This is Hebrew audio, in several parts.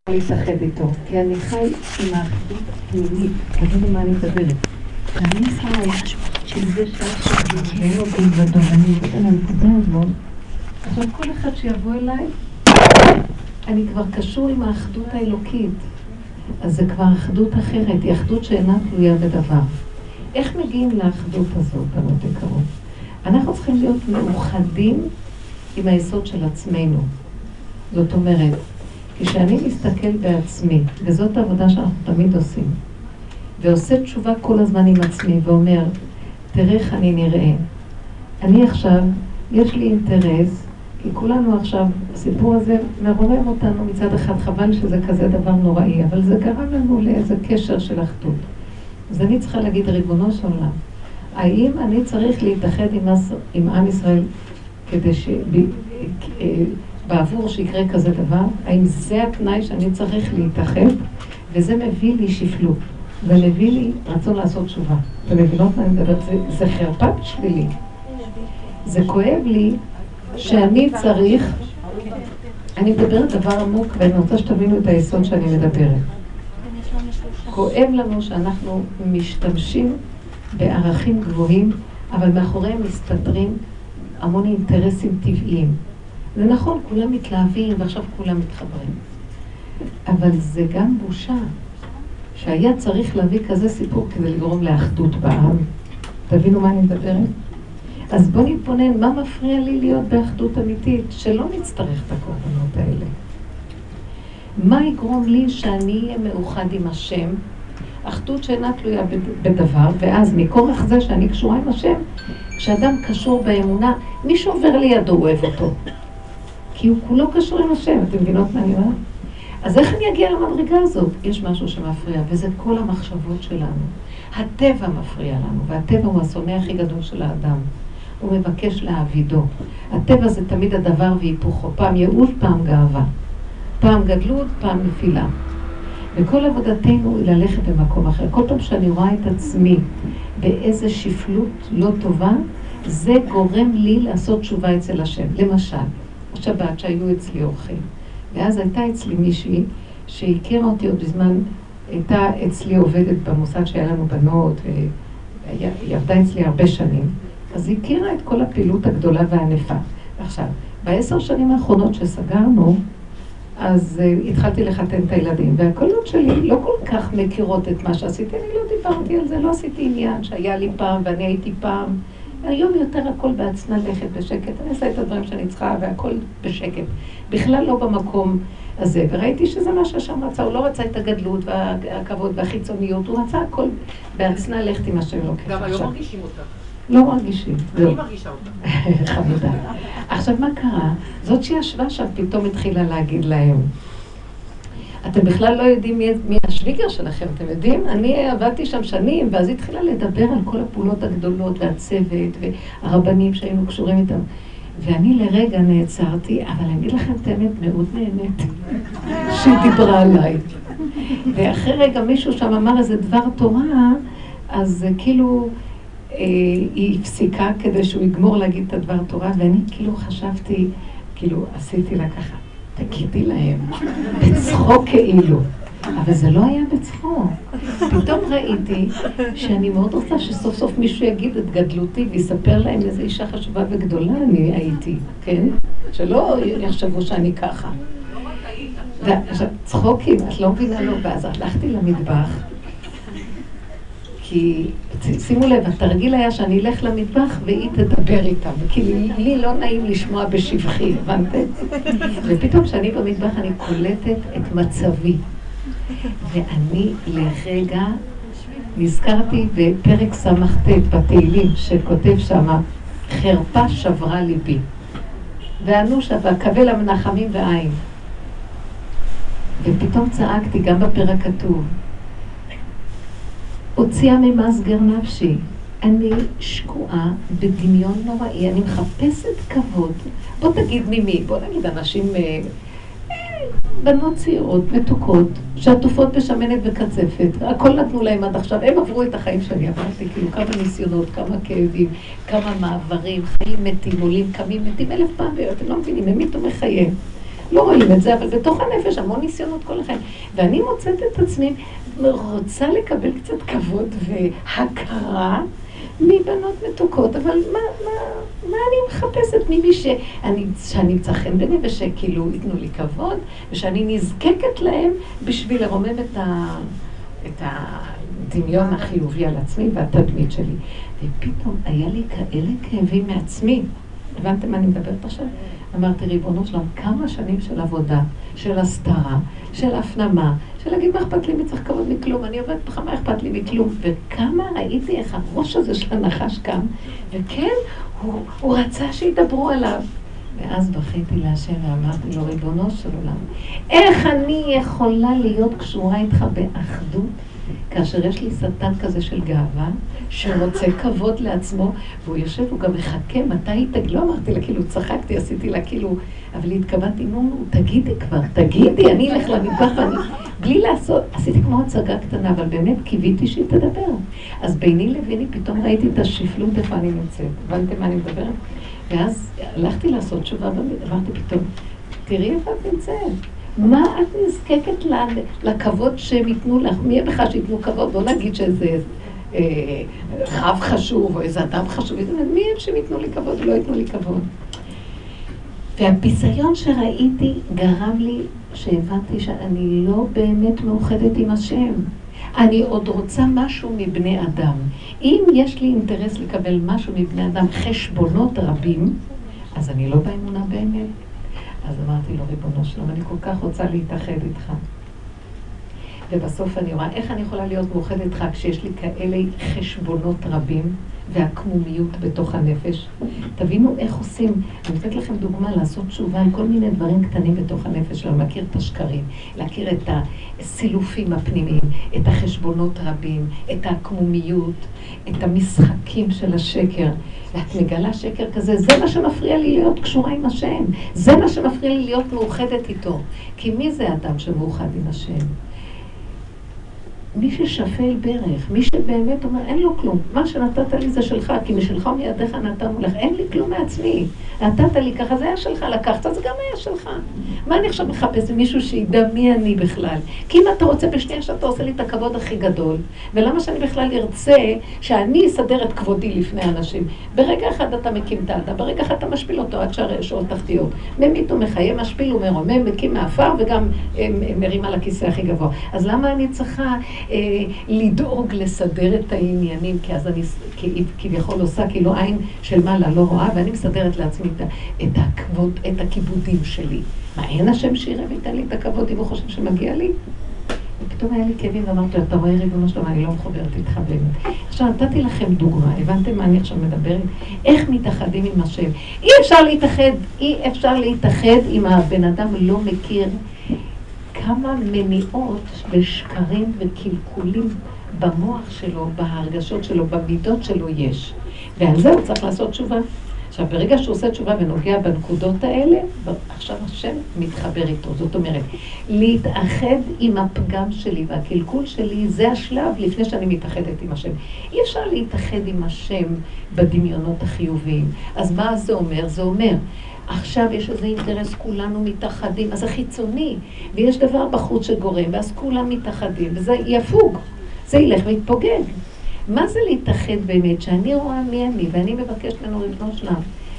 להתאחד איתו, כי אני חי עם האחדות פנימית. תגידו מה אני מדברת. אני חי עם זה שאף ואין אותי לבדו, ואני יודעת על הנקודה הזאת. עכשיו כל אחד שיבוא אליי, אני כבר קשור עם האחדות האלוקית. אז זה כבר אחדות אחרת, היא אחדות שאינה תלויה בדבר. איך מגיעים לאחדות הזאת, בנות יקרות? אנחנו צריכים להיות מאוחדים עם היסוד של עצמנו. זאת אומרת, כשאני מסתכל בעצמי, וזאת העבודה שאנחנו תמיד עושים, ועושה תשובה כל הזמן עם עצמי, ואומר, תראה איך אני נראה. אני עכשיו, יש לי אינטרס, כי כולנו עכשיו, הסיפור הזה מרומם אותנו מצד אחד, חבל שזה כזה דבר נוראי, אבל זה גרם לנו לאיזה קשר של אחדות. אז אני צריכה להגיד, ריבונו של עולם, האם אני צריך להתאחד עם עם ישראל כדי בעבור שיקרה כזה דבר? האם זה התנאי שאני צריך להתאחד? וזה מביא לי שפלות, ומביא לי רצון לעשות תשובה. אתם מבינות מה אני מדברת? זה חרפה בשבילי. זה כואב לי שאני צריך, אני מדברת דבר עמוק, ואני רוצה שתבינו את היסוד שאני מדברת. כואב לנו שאנחנו משתמשים בערכים גבוהים, אבל מאחוריהם מסתתרים המון אינטרסים טבעיים. זה נכון, כולם מתלהבים ועכשיו כולם מתחברים. אבל זה גם בושה שהיה צריך להביא כזה סיפור כדי לגרום לאחדות בעם. תבינו מה אני מדברת? אז בואו נתבונן, מה מפריע לי להיות באחדות אמיתית? שלא נצטרך את הקורבנות האלה. מה יגרום לי שאני אהיה מאוחד עם השם? אחדות שאינה תלויה בדבר, ואז מכורח זה שאני קשורה עם השם, כשאדם קשור באמונה, מי שעובר לידו אוהב אותו. כי הוא כולו קשור עם השם, אתם מבינות מה אני אומרת? אז איך אני אגיע למדרגה הזאת? יש משהו שמפריע, וזה כל המחשבות שלנו. הטבע מפריע לנו, והטבע הוא השונא הכי גדול של האדם. הוא מבקש להעבידו. הטבע זה תמיד הדבר והיפוכו, פעם ייאוש, פעם גאווה. פעם גדלות, פעם נפילה. וכל עבודתנו היא ללכת במקום אחר. כל פעם שאני רואה את עצמי באיזה שפלות לא טובה, זה גורם לי לעשות תשובה אצל השם. למשל, השבת שהיו אצלי אורחים. ואז הייתה אצלי מישהי שהכירה אותי עוד בזמן, הייתה אצלי עובדת במוסד שהיה לנו בנות, והיא עבדה אצלי הרבה שנים. אז היא הכירה את כל הפעילות הגדולה והענפה. עכשיו, ב10 שנים האחרונות שסגרנו, אז התחלתי לחתן את הילדים, והקולות שלי לא כל כך מכירות את מה שעשיתי, אני לא דיברתי על זה, לא עשיתי עניין שהיה לי פעם ואני הייתי פעם. היום יותר הכל בעצמה לכת בשקט, אני עושה את הדברים שאני צריכה והכל בשקט. בכלל לא במקום הזה, וראיתי שזה מה שהשם רצה, הוא לא רצה את הגדלות והכבוד והחיצוניות, הוא רצה הכל בעצמה לכת עם השם לא ככה. גם היום מרגישים אותך. לא מרגישים. אני מרגישה אותך. חמודה. עכשיו מה קרה? זאת שישבה שם פתאום התחילה להגיד להם, אתם בכלל לא יודעים מי השוויגר שלכם, אתם יודעים? אני עבדתי שם שנים, ואז התחילה לדבר על כל הפעולות הגדולות והצוות והרבנים שהיינו קשורים איתם. ואני לרגע נעצרתי, אבל אני אגיד לכם את האמת, מאוד נהנית שהיא דיברה עליי. ואחרי רגע מישהו שם אמר איזה דבר תורה, אז כאילו היא הפסיקה כדי שהוא יגמור להגיד את הדבר תורה, ואני כאילו חשבתי, כאילו עשיתי לה ככה. תגידי להם, בצחוק כאילו. אבל זה לא היה בצחוק. פתאום ראיתי שאני מאוד רוצה שסוף סוף מישהו יגיד את גדלותי ויספר להם איזו אישה חשובה וגדולה אני הייתי, כן? שלא יחשבו שאני ככה. צחוקים, את לא מבינה לו, ואז הלכתי למטבח, כי שימו לב, התרגיל היה שאני אלך למטבח והיא תדבר איתם, כי לי לא נעים לשמוע בשבחי, הבנתם? ופתאום שאני במטבח אני קולטת את מצבי. ואני לרגע נזכרתי בפרק סמ"ט בתהילים שכותב שמה, חרפה שברה ליבי. ואנושה והקבל המנחמים ועין. ופתאום צעקתי גם בפרק כתוב, הוציאה ממסגר נפשי. אני שקועה בדמיון נוראי, אני מחפשת כבוד. בוא תגיד ממי, בוא נגיד אנשים, בנות צעירות, מתוקות, שעטופות בשמנת וקצפת, הכל נתנו להם עד עכשיו, הם עברו את החיים שאני עברתי, כאילו כמה ניסיונות, כמה כאבים, כמה מעברים, חיים מתים, עולים, קמים מתים 1000 פעם, ואתם לא מבינים, הם מתו מחייהם. לא רואים את זה, אבל בתוך הנפש המון ניסיונות כל החיים. ואני מוצאת את עצמי, רוצה לקבל קצת כבוד והכרה מבנות מתוקות, אבל מה אני מחפשת ממי שאני אמצא חן ביני ושכאילו ייתנו לי כבוד, ושאני נזקקת להם בשביל לרומם את הדמיון החיובי על עצמי והתדמית שלי. ופתאום היה לי כאלה כאבים מעצמי. הבנתם מה אני מדברת עכשיו? אמרתי, ריבונו שלום, כמה שנים של עבודה, של הסתרה, של הפנמה, של להגיד מה אכפת לי, מי צריך כבוד מכלום, אני עובדת בך, מה אכפת לי מכלום, וכמה ראיתי איך הראש הזה של הנחש קם, וכן, הוא רצה שידברו עליו. ואז בכיתי להשם ואמרתי לו, ריבונו של עולם, איך אני יכולה להיות קשורה איתך באחדות, כאשר יש לי שטן כזה של גאווה, שרוצה כבוד לעצמו, והוא יושב, הוא גם מחכה, מתי תגיד, לא אמרתי לה, כאילו, צחקתי, עשיתי לה, כאילו, אבל התכוונתי, נו, תגידי כבר, תגידי, אני אלך למטבח, ואני, בלי לעשות, עשיתי כמו הצגה קטנה, אבל באמת קיוויתי שהיא תדבר. אז ביני לביני פתאום ראיתי את השפלות איפה אני נמצאת. הבנתם מה אני מדברת? ואז הלכתי לעשות תשובה, אמרתי פתאום, תראי איפה את נמצאת. מה את נזקקת לכבוד שהם ייתנו לך? מי יהיה בכלל שיתנו כבוד? לא נגיד שזה רב חשוב או איזה אדם חשוב. מי הם שהם ייתנו לי כבוד או לא ייתנו לי כבוד? והביזיון שראיתי גרם לי שהבנתי שאני לא באמת מאוחדת עם השם. אני עוד רוצה משהו מבני אדם. אם יש לי אינטרס לקבל משהו מבני אדם, חשבונות רבים, אז אני לא באמונה באמת. אז אמרתי לו, ריבונו שלום, אני כל כך רוצה להתאחד איתך. ובסוף אני רואה, איך אני יכולה להיות מאוחדת איתך כשיש לי כאלה חשבונות רבים והקמומיות בתוך הנפש? תבינו איך עושים. אני נותנת לכם דוגמה לעשות תשובה על כל מיני דברים קטנים בתוך הנפש שלנו, להכיר את השקרים, להכיר את הסילופים הפנימיים, את החשבונות רבים, את הקמומיות, את המשחקים של השקר. ואת מגלה שקר כזה, זה מה שמפריע לי להיות קשורה עם השם. זה מה שמפריע לי להיות מאוחדת איתו. כי מי זה האדם שמאוחד עם השם? מי ששפל ברך, מי שבאמת אומר, אין לו כלום. מה שנתת לי זה שלך, כי משלך ומידיך נתנו לך. אין לי כלום מעצמי. נתת לי ככה, זה היה שלך, לקחת, זה גם היה שלך. מה אני עכשיו מחפש מישהו שידע מי אני בכלל? כי אם אתה רוצה בשנייה שאתה עושה לי את הכבוד הכי גדול, ולמה שאני בכלל ארצה שאני אסדר את כבודי לפני אנשים? ברגע אחד אתה מקים את האדם, ברגע אחד אתה משפיל אותו עד שעות תחתיות. ממית ומחיה, משפיל ומרומם, מקים מאפר וגם מרים על הכיסא הכי גבוה. אז למה אני צריכה לדאוג לסדר את העניינים, כי אז אני כביכול עושה כאילו עין של מעלה לא רואה, ואני מסדרת לעצמי את הכבוד, את הכיבודים שלי. מה, אין השם שירה ויתן לי את הכבוד אם הוא חושב שמגיע לי? ופתאום היה לי כאבים ואמרתי לו, אתה רואה ריבונו שלום, אני לא מחוברת איתך באמת. עכשיו נתתי לכם דוגמה, הבנתם מה אני עכשיו מדברת? איך מתאחדים עם השם? אי אפשר להתאחד אם הבן אדם לא מכיר כמה מניעות ושקרים וקלקולים במוח שלו, בהרגשות שלו, במידות שלו יש. ועל זה הוא צריך לעשות תשובה. עכשיו, ברגע שהוא עושה תשובה ונוגע בנקודות האלה, עכשיו השם מתחבר איתו. זאת אומרת, להתאחד עם הפגם שלי והקלקול שלי, זה השלב לפני שאני מתאחדת עם השם. אי אפשר להתאחד עם השם בדמיונות החיוביים. אז מה זה אומר? זה אומר, עכשיו יש איזה אינטרס, כולנו מתאחדים, אז זה חיצוני, ויש דבר בחוץ שגורם, ואז כולם מתאחדים, וזה יפוג, זה ילך ויתפוגג. מה זה להתאחד באמת? שאני רואה מי אני, ואני מבקשת ממנו ריבונו שלם.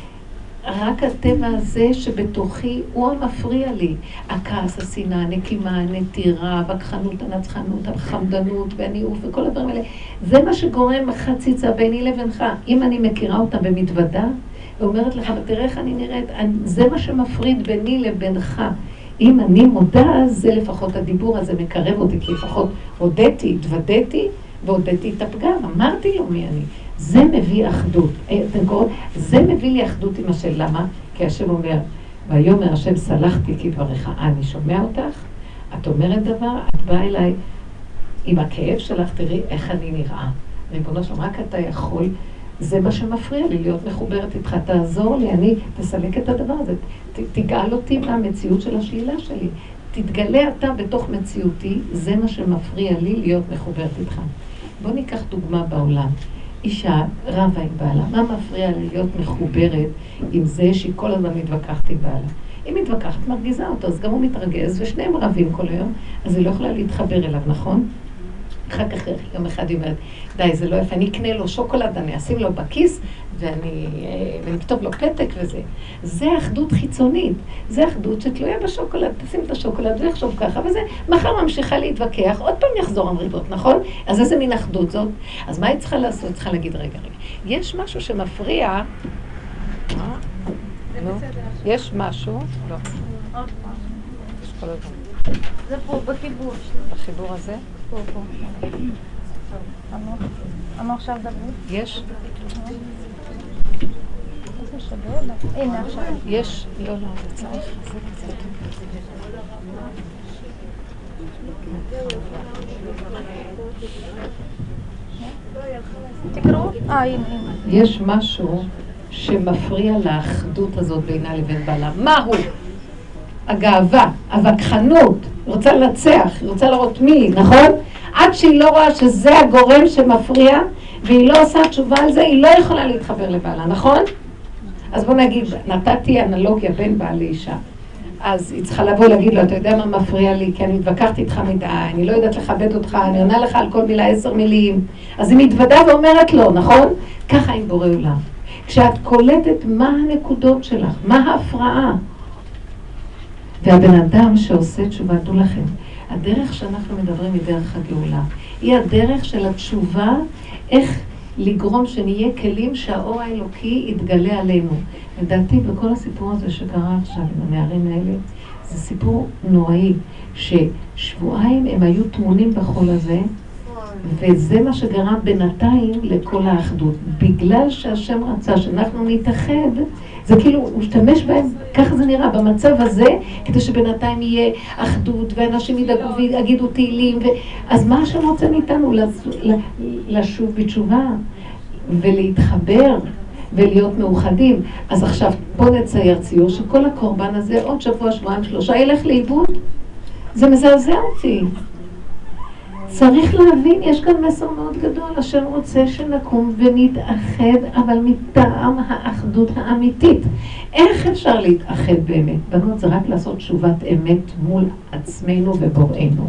רק הטבע הזה שבתוכי הוא המפריע לי. הכעס, השנאה, הנקימה, הנטירה, הכחנות, הנצחנות, החמדנות והניאוף וכל הדברים האלה. זה מה שגורם חציצה ביני לבינך. אם אני מכירה אותה במתוודה, ואומרת לך, תראה איך אני נראית, זה מה שמפריד ביני לבינך. אם אני מודה, זה לפחות הדיבור הזה מקרב אותי, כי לפחות הודיתי, התוודתי, והודיתי את הפגם, אמרתי לו מי אני. זה מביא אחדות. אתם קוראים? זה מביא לי אחדות עם השם. למה? כי השם אומר, ויאמר השם סלחתי כדבריך. אני שומע אותך, את אומרת דבר, את באה אליי עם הכאב שלך, תראי איך אני נראה. ריבונו שלום, רק אתה יכול, זה מה שמפריע לי להיות מחוברת איתך, תעזור לי, אני תסלק את הדבר הזה, תגאל אותי מהמציאות של השלילה שלי. תתגלה אתה בתוך מציאותי, זה מה שמפריע לי להיות מחוברת איתך. בוא ניקח דוגמה בעולם. אישה רבה עם בעלה, מה מפריע לי להיות מחוברת עם זה שהיא כל הזמן מתווכחת עם בעלה? היא מתווכחת, מרגיזה אותו, אז גם הוא מתרגז, ושניהם רבים כל היום, אז היא לא יכולה להתחבר אליו, נכון? אחר כך יום אחד היא אומרת, די, זה לא יפה, אני אקנה לו שוקולד, אני אשים לו בכיס, ואני אכתוב לו פתק וזה. זה אחדות חיצונית, זה אחדות שתלויה בשוקולד, תשים את השוקולד ויחשוב ככה, וזה מחר ממשיכה להתווכח, עוד פעם יחזור המריבות, נכון? אז איזה מין אחדות זאת? אז מה היא צריכה לעשות? היא צריכה להגיד, רגע, יש משהו שמפריע, יש משהו, לא, יש כל הזמן. זה פה, בחיבור. בחיבור הזה? פה. אמר עכשיו דבר. יש? איזה שווה? הנה עכשיו. יש? לא, זה צריך. זה קצת. תקראו? הנה. יש משהו שמפריע לאחדות הזאת בינה לבין בעלה. מהו? הגאווה, הווכחנות, היא רוצה לנצח, היא רוצה לראות מי, נכון? עד שהיא לא רואה שזה הגורם שמפריע, והיא לא עושה תשובה על זה, היא לא יכולה להתחבר לבעלה, נכון? אז בוא נגיד, נתתי אנלוגיה בין בעל לאישה. אז היא צריכה לבוא להגיד לו, אתה יודע מה מפריע לי? כי אני התווכחת איתך מדי, אני לא יודעת לכבד אותך, אני עונה לך על כל מילה 10 מילים. אז היא מתוודה ואומרת לו, נכון? ככה עם בורא עולם. כשאת קולטת מה הנקודות שלך, מה ההפרעה, והבן אדם שעושה תשובה, דעו לכם, הדרך שאנחנו מדברים היא דרך הגאולה. היא הדרך של התשובה, איך לגרום שנהיה כלים שהאור האלוקי יתגלה עלינו. לדעתי, בכל הסיפור הזה שקרה עכשיו עם הנערים האלה, זה סיפור נוראי, ששבועיים הם היו תמונים בחול הזה, וזה מה שגרם בינתיים לכל האחדות. בגלל שהשם רצה שאנחנו נתאחד, זה כאילו, הוא משתמש בהם, ככה זה נראה, במצב הזה, כדי שבינתיים יהיה אחדות, ואנשים ידאגו ויגידו תהילים, אז מה השם רוצה מאיתנו? לשוב בתשובה, ולהתחבר, ולהיות מאוחדים. אז עכשיו, בוא נצייר ציור, שכל הקורבן הזה, עוד שבוע, שבועיים, 3, ילך לאיבוד. זה מזעזע אותי. צריך להבין, יש כאן מסר מאוד גדול, השם רוצה שנקום ונתאחד, אבל מטעם האחדות האמיתית. איך אפשר להתאחד באמת? בנות, זה רק לעשות תשובת אמת מול עצמנו ובוראנו.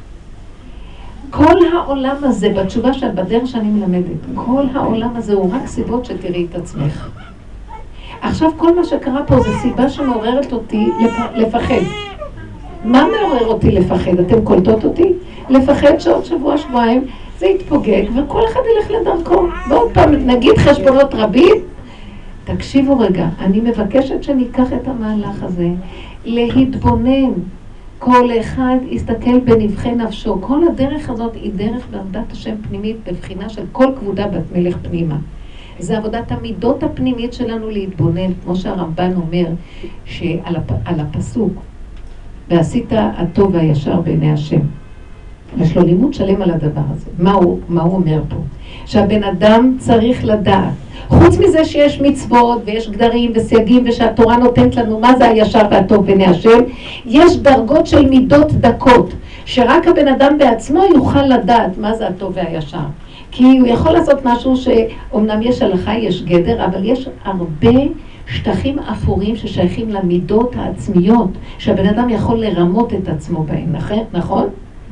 כל העולם הזה, בתשובה בדרך שאני מלמדת, כל העולם הזה הוא רק סיבות שתראי את עצמך. עכשיו כל מה שקרה פה זה סיבה שמעוררת אותי לפחד. מה מעורר אותי לפחד? אתם קולטות אותי? לפחד שעוד שבוע, שבועיים, זה יתפוגג, וכל אחד ילך לדרכו. ועוד פעם, נגיד חשבונות רבים, תקשיבו רגע, אני מבקשת שניקח את המהלך הזה, להתבונן. כל אחד יסתכל בנבחי נפשו. כל הדרך הזאת היא דרך בעבודת השם פנימית, בבחינה של כל כבודה בת מלך פנימה. זה עבודת המידות הפנימית שלנו להתבונן, כמו שהרמב"ן אומר, על הפסוק, ועשית הטוב והישר בעיני השם. יש לו לימוד שלם על הדבר הזה. מה הוא אומר פה? שהבן אדם צריך לדעת. חוץ מזה שיש מצוות ויש גדרים וסייגים ושהתורה נותנת לנו מה זה הישר והטוב בעיני השם, יש דרגות של מידות דקות, שרק הבן אדם בעצמו יוכל לדעת מה זה הטוב והישר. כי הוא יכול לעשות משהו שאומנם יש הלכה, יש גדר, אבל יש הרבה שטחים אפורים ששייכים למידות העצמיות, שהבן אדם יכול לרמות את עצמו בהם, נכון?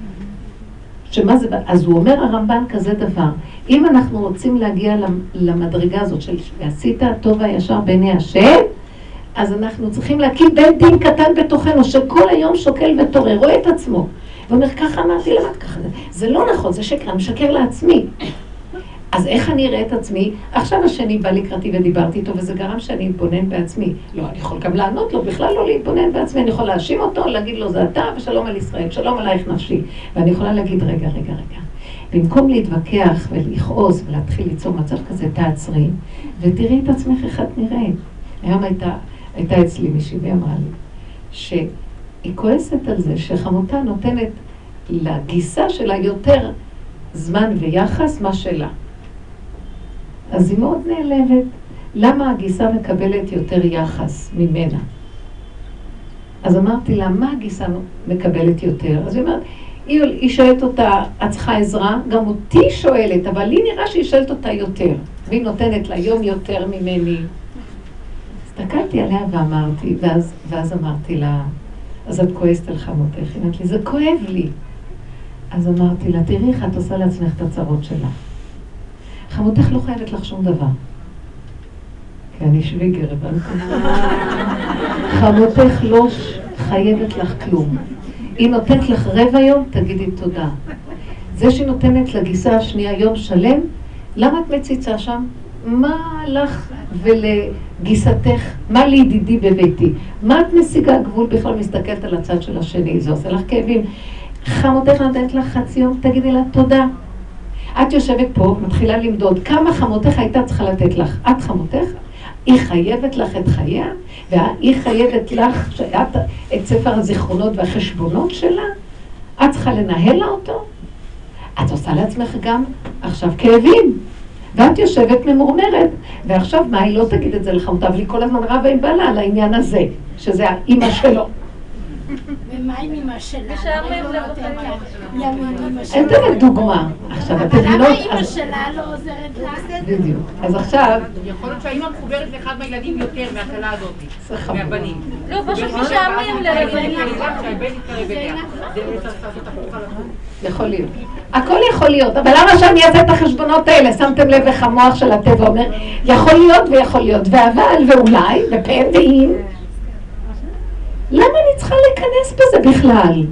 שמה זה, אז הוא אומר הרמב"ן כזה דבר, אם אנחנו רוצים להגיע למדרגה הזאת של עשית הטוב והישר בעיני השם, אז אנחנו צריכים להקים בית דין קטן בתוכנו, שכל היום שוקל ותורר, רואה את עצמו. ואומר, ככה אמרתי למד ככה, זה לא נכון, זה שקר, אני משקר לעצמי. אז איך אני אראה את עצמי? עכשיו השני בא לקראתי ודיברתי איתו, וזה גרם שאני אתבונן בעצמי. לא, אני יכול גם לענות לו, בכלל לא להתבונן בעצמי, אני יכול להאשים אותו, להגיד לו זה אתה, ושלום על ישראל, שלום עלייך נפשי. ואני יכולה להגיד, רגע. במקום להתווכח ולכעוס ולהתחיל ליצור מצב כזה, תעצרי, ותראי את עצמך איך את נראית. היום הייתה אצלי מישהי, והיא אמרה לי, שהיא כועסת על זה שחמותה נותנת לגיסה שלה יותר זמן ויחס מה שלה. אז היא מאוד נעלבת. למה הגיסה מקבלת יותר יחס ממנה? אז אמרתי לה, מה הגיסה מקבלת יותר? אז היא אומרת, היא שואלת אותה, את צריכה עזרה? גם אותי שואלת, אבל לי נראה שהיא שואלת אותה יותר. והיא נותנת לה יום יותר ממני. הסתכלתי עליה ואמרתי, ואז אמרתי לה, אז את כועסת על חמותך, היא אמרת לי, זה כואב לי. אז אמרתי לה, תראי איך את עושה לעצמך את הצרות שלך. חמותך לא חייבת לך שום דבר. כי אני שוויגר, הבנתי. חמותך לא חייבת לך כלום. היא נותנת לך רבע יום, תגידי תודה. זה שהיא נותנת לגיסה השנייה יום שלם, למה את מציצה שם? מה לך ולגיסתך, מה לידידי בביתי? מה את משיגה גבול בכלל מסתכלת על הצד של השני? זה עושה לך כאבים. חמותך נותנת לך חצי יום, תגידי לה תודה. את יושבת פה, מתחילה למדוד, כמה חמותך הייתה צריכה לתת לך? את חמותך? היא חייבת לך את חייה, והיא חייבת לך את ספר הזיכרונות והחשבונות שלה, את צריכה לנהל לה אותו. את עושה לעצמך גם עכשיו כאבים, ואת יושבת ממורמרת, ועכשיו מה, היא לא תגיד את זה לחמותה, אבל היא כל הזמן רבה עם בעלה על העניין הזה, שזה האמא שלו. ומה עם אמא שלה? אני אתן דוגמה. עכשיו, אתם מבינות... למה אמא שלה לא עוזרת לה? בדיוק. אז עכשיו... יכול להיות שהאמא מחוברת לאחד מהילדים יותר מהקלה הזאת, מהבנים. לא, פשוט משעמם לרבנים. יכול להיות. הכל יכול להיות, אבל למה שאני אעשה את החשבונות האלה? שמתם לב איך המוח של הטבע אומר, יכול להיות ויכול להיות, ואבל ואולי, ופה ואם. למה אני צריכה להיכנס בזה בכלל?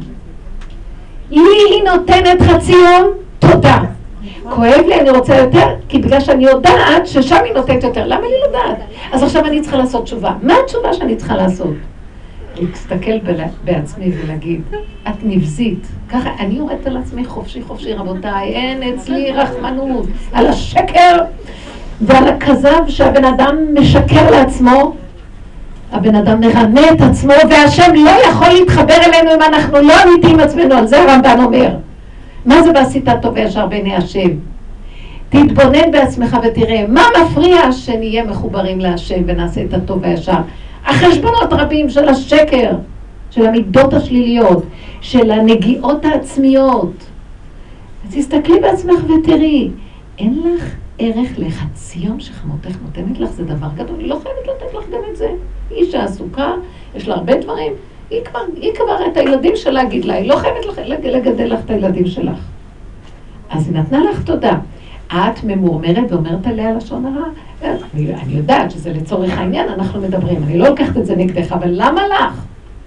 לי היא נותנת חצי יום, תודה. כואב לי, אני רוצה יותר, כי בגלל שאני יודעת ששם היא נותנת יותר. למה לי לדעת? אז עכשיו אני צריכה לעשות תשובה. מה התשובה שאני צריכה לעשות? להסתכל בעצמי ולהגיד, את נבזית. ככה, אני יורדת על עצמי חופשי חופשי, רבותיי, אין אצלי רחמנות. על השקר ועל הכזב שהבן אדם משקר לעצמו, הבן אדם מרמה את עצמו, והשם לא יכול להתחבר אלינו אם אנחנו לא אמיתים עצמנו. על זה הרמב"ן אומר. מה זה ועשית טוב וישר בעיני השם? תתבונן בעצמך ותראה מה מפריע שנהיה מחוברים להשם ונעשה את הטוב וישר. החשבונות רבים של השקר, של המידות השליליות, של הנגיעות העצמיות. אז תסתכלי בעצמך ותראי, אין לך ערך לחצי יום שחמותך נותנת לך, זה דבר גדול, היא לא חייבת לתת לך גם את זה. היא אישה עסוקה, יש לה הרבה דברים, היא כבר את הילדים שלה להגיד לה, היא לא חייבת לגדל לך את הילדים שלך. אז היא נתנה לך תודה. את ממורמרת ואומרת עליה לשון הרע. אני יודעת שזה לצורך העניין, אנחנו מדברים, אני לא לוקחת את זה נגדך, אבל למה לך?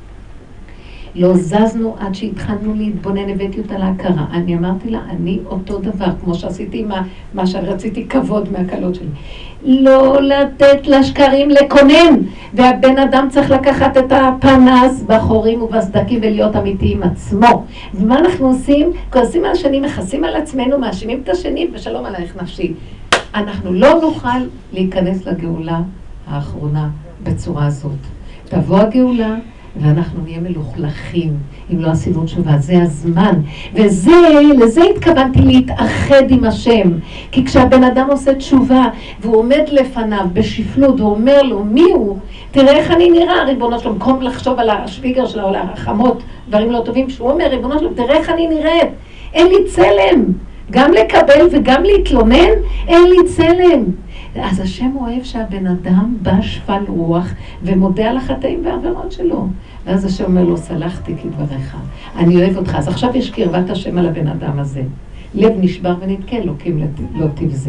לא זזנו עד שהתחלנו להתבונן, הבאתי אותה להכרה. אני אמרתי לה, אני אותו דבר, כמו שעשיתי עם מה שרציתי כבוד מהקלות שלי. לא לתת לשקרים לקונן, והבן אדם צריך לקחת את הפנס בחורים ובסדקים ולהיות אמיתי עם עצמו. ומה אנחנו עושים? כועסים על השני, מכסים על עצמנו, מאשימים את השני, ושלום עלייך נפשי. אנחנו לא נוכל להיכנס לגאולה האחרונה בצורה הזאת. תבוא הגאולה, ואנחנו נהיה מלוכלכים אם לא עשינו תשובה. זה הזמן, לזה התכוונתי להתאחד עם השם. כי כשהבן אדם עושה תשובה והוא עומד לפניו בשפלות ואומר לו מי הוא, תראה איך אני נראה, ריבונו שלום, במקום לחשוב על השוויגר שלו, על החמות, דברים לא טובים, שהוא אומר, ריבונו שלום, תראה איך אני נראית, אין לי צלם, גם לקבל וגם להתלונן, אין לי צלם. אז השם אוהב שהבן אדם בא שפל רוח ומודה על החטאים והעבירות שלו. ואז השם אומר לו, סלחתי כדבריך, אני אוהב אותך. אז עכשיו יש קרבת השם על הבן אדם הזה. לב נשבר ונתקה, אלוקים לא תבזה.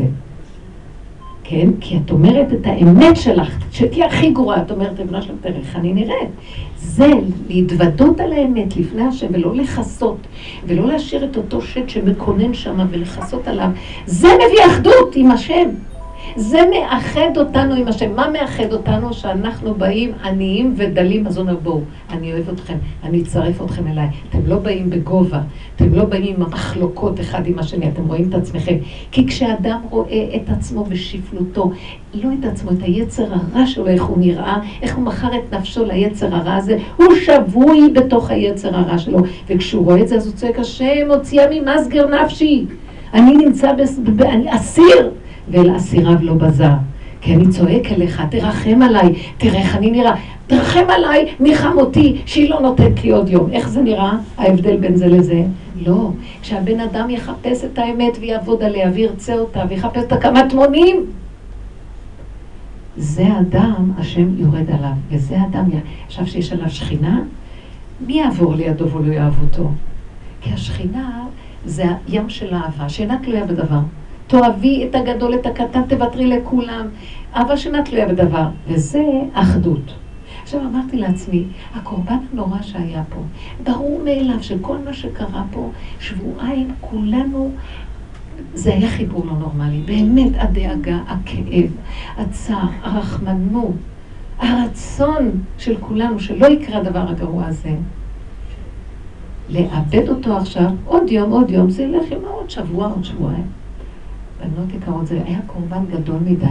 כן? כי את אומרת את האמת שלך, שתהיה הכי גרועה, את אומרת, אבנה שלום, תראה איך אני נראית. זה להתוודות על האמת לפני השם ולא לחסות, ולא להשאיר את אותו שד שמקונן שם ולחסות עליו. זה מביא אחדות עם השם. זה מאחד אותנו עם השם. מה מאחד אותנו? שאנחנו באים עניים ודלים, אז אומר בואו, אני אוהב אתכם, אני אצרף אתכם אליי. אתם לא באים בגובה, אתם לא באים עם המחלוקות אחד עם השני, אתם רואים את עצמכם. כי כשאדם רואה את עצמו בשפלותו, לא את עצמו, את היצר הרע שלו, איך הוא נראה, איך הוא מכר את נפשו ליצר הרע הזה, הוא שבוי בתוך היצר הרע שלו, וכשהוא רואה את זה אז הוא צועק, השם הוציאה ממסגר נפשי, אני נמצא, אני אסיר, ואל אסיריו לא בזה, כי אני צועק אליך, תרחם עליי, תראה איך אני נראה, תרחם עליי מחמותי שהיא לא נותנת לי עוד יום. איך זה נראה? ההבדל בין זה לזה? לא. כשהבן אדם יחפש את האמת ויעבוד עליה וירצה אותה ויחפש את הכמה תמונים, זה אדם, השם יורד עליו, וזה אדם, עכשיו שיש עליו שכינה, מי יעבור לידו ולא יאהב אותו? כי השכינה זה הים של האהבה, שאינה תלויה בדבר. תאהבי את הגדול, את הקטן, תוותרי לכולם. אהבה שאינה תלויה בדבר, וזה אחדות. עכשיו אמרתי לעצמי, הקורבן הנורא שהיה פה, ברור מאליו שכל מה שקרה פה, שבועיים כולנו, זה היה חיבור לא נורמלי. באמת הדאגה, הכאב, הצער, הרחמנות, הרצון של כולנו, שלא יקרה הדבר הגרוע הזה. לאבד אותו עכשיו, עוד יום, זה ילך עם עוד שבוע, עוד שבועיים. בנות יקרות, זה היה קורבן גדול מדי.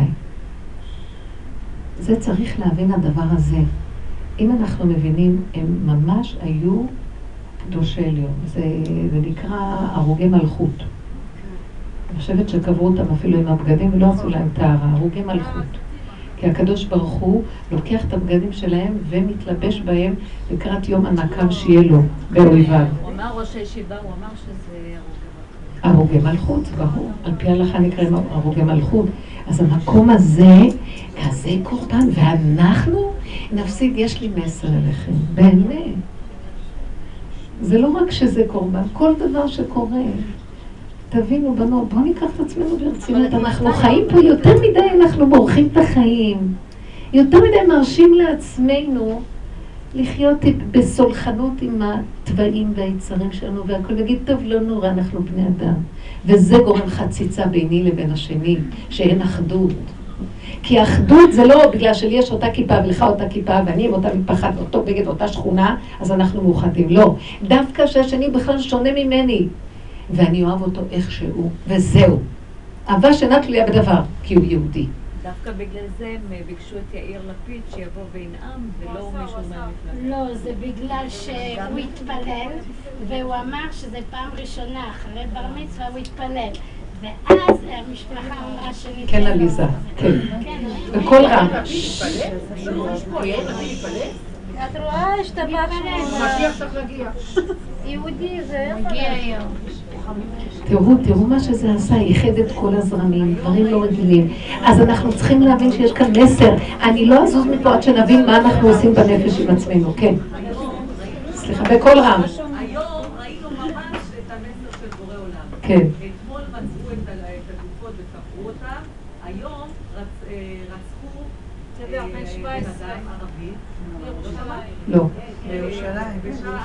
זה צריך להבין הדבר הזה. אם אנחנו מבינים, הם ממש היו קדושי עליון. זה נקרא הרוגי מלכות. אני חושבת שקברו אותם אפילו עם הבגדים ולא עשו להם טהרה, הרוגי מלכות. כי הקדוש ברוך הוא לוקח את הבגדים שלהם ומתלבש בהם לקראת יום הנקם שיהיה לו באויביו. הוא אמר ראש הישיבה, הוא אמר שזה הרוגי מלכות, ברור. על פי ההלכה נקראים הרוגי מלכות. אז המקום הזה, כזה קורבן, ואנחנו נפסיד, יש לי מסר אליכם, באמת. זה לא רק שזה קורבן, כל דבר שקורה. תבינו בנות, בואו ניקח את עצמנו ברצינות, אנחנו חיים פה יותר מדי, אנחנו בורחים את החיים. יותר מדי מרשים לעצמנו לחיות בסולחנות עם הטבעים והיצרים שלנו והכל, להגיד טוב לא נורא, אנחנו בני אדם. וזה גורם חציצה ביני לבין השני, שאין אחדות. כי אחדות זה לא בגלל שלי יש אותה כיפה ולך אותה כיפה ואני עם אותה מפחד, אותו בגד, אותה שכונה, אז אנחנו מאוחדים. לא, דווקא שהשני בכלל שונה ממני. ואני אוהב אותו איך שהוא, וזהו. אהבה שאינה תלויה בדבר, כי הוא יהודי. דווקא בגלל זה הם ביקשו את יאיר לפיד שיבוא וינאם ולא מישהו מהמפלגה. לא, זה בגלל שהוא התפלל, והוא אמר שזה פעם ראשונה, אחרי בר מצווה הוא התפלל. ואז המשפחה אמרה שניתן כן, עליזה, כן. בכל רם. את רואה, השתבחנו. מגיע צריך להגיע. יהודי זה מגיע היום. תראו מה שזה עשה, ייחד את כל הזרמים, דברים לא רגילים. אז אנחנו צריכים להבין שיש כאן מסר. אני לא אזוז מפה עד שנבין מה אנחנו עושים בנפש עם עצמנו, כן. סליחה, בכל רם. היום ראינו ממש את המסר של בורא עולם. כן. אתמול מצאו את הגופות וקברו אותם, היום רצחו בן אדם ערבי. לא. בירושלים.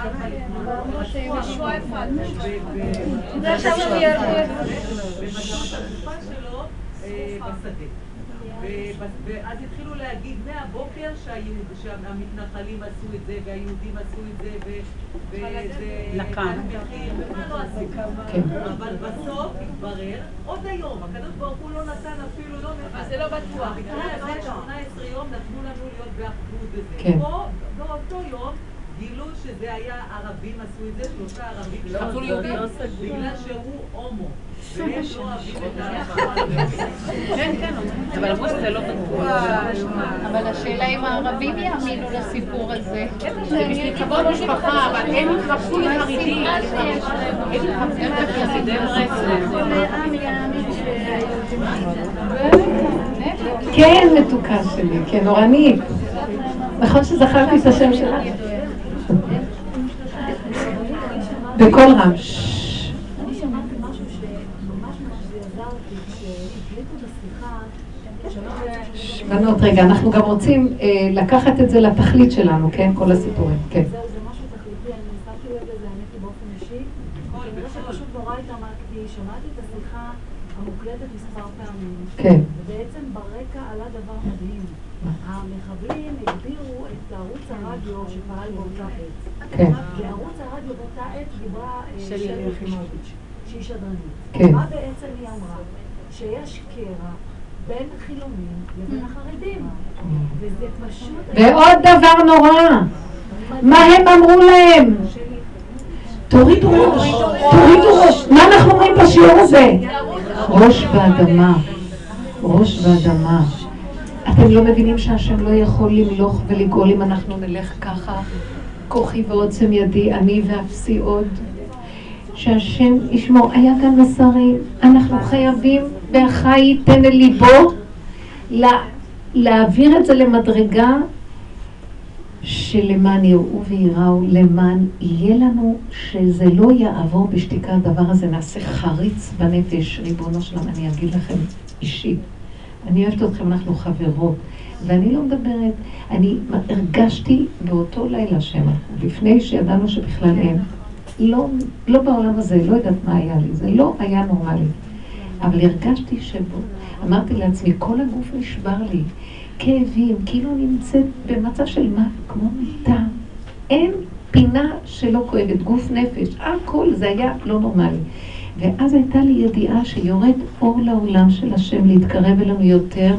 ומצאו את הגופה שלו בשדה. ואז התחילו להגיד מהבוקר שהמתנחלים עשו את זה והיהודים עשו את זה וזה מחיר ומה לא עשו. אבל בסוף התברר עוד היום, הקדוש ברוך הוא לא נתן אפילו לא נתן. אז זה לא בטוח. אחרי 18 יום נתנו לנו להיות באחדות בזה. פה באותו יום גילו שזה היה ערבים עשו את זה, 3 ערבים שעשו יהודים בגלל שהוא הומו. והם לא אוהבים את הערבים. כן, כן, אבל אמרו שזה לא בטוח. אבל השאלה אם הערבים יאמינו לסיפור הזה. זה כבוד משפחה, אבל הם התחפשו לחרדים. הם חסידי ברסלב. כן, מתוקה שלי, כן, אורנית. נכון שזכרתי את השם שלה? בכל רם. אני שמעתי משהו שממש עזר אותי כשהקליטו בשיחה. בנות, רגע, אנחנו גם רוצים לקחת את זה לתכלית שלנו, כן? כל הסיפורים, כן. זה משהו תכליתי, אני שמתי לב לזה, האמת היא באופן אישי. בגלל שפשוט נורא התעמקתי, שמעתי את השיחה המוקלטת מספר פעמים. כן. ובעצם ברקע עלה דבר מדהים. המחבלים הגבירו את ערוץ הרדיו שפעל באותה עת. כן. וערוץ הרדיו באותה עת דיברה שלי יחימוביץ', שהיא שדרנית. כן. מה בעצם היא אמרה? שיש קרע בין חילונים לבין החרדים. וזה פשוט... ועוד דבר נורא, מה הם אמרו להם? תורידו ראש, תורידו ראש. מה אנחנו אומרים בשיעור הזה? ראש באדמה, ראש באדמה. אתם לא מבינים שהשם לא יכול למלוך ולגאול אם אנחנו נלך ככה? כוחי ועוצם ידי, אני ואפסי עוד. שהשם ישמור, היה כאן מסרים. אנחנו חייבים והחי ייתן אל ליבו להעביר את זה למדרגה שלמען יראו ויראו, למען יהיה לנו שזה לא יעבור בשתיקה. הדבר הזה נעשה חריץ בנפש. ריבונו שלם, אני אגיד לכם אישית, אני אוהבת אתכם, אנחנו חברות, ואני לא מדברת, אני הרגשתי באותו לילה שמה, לפני שידענו שבכלל אין, לא בעולם הזה, לא יודעת מה היה לי, זה לא היה נורמלי, אבל הרגשתי שבו, אמרתי לעצמי, כל הגוף נשבר לי, כאבים, כאילו נמצאת במצב של מה, כמו מיטה, אין פינה שלא כואבת, גוף נפש, הכל זה היה לא נורמלי. ואז הייתה לי ידיעה שיורד אור לעולם של השם להתקרב אלינו יותר,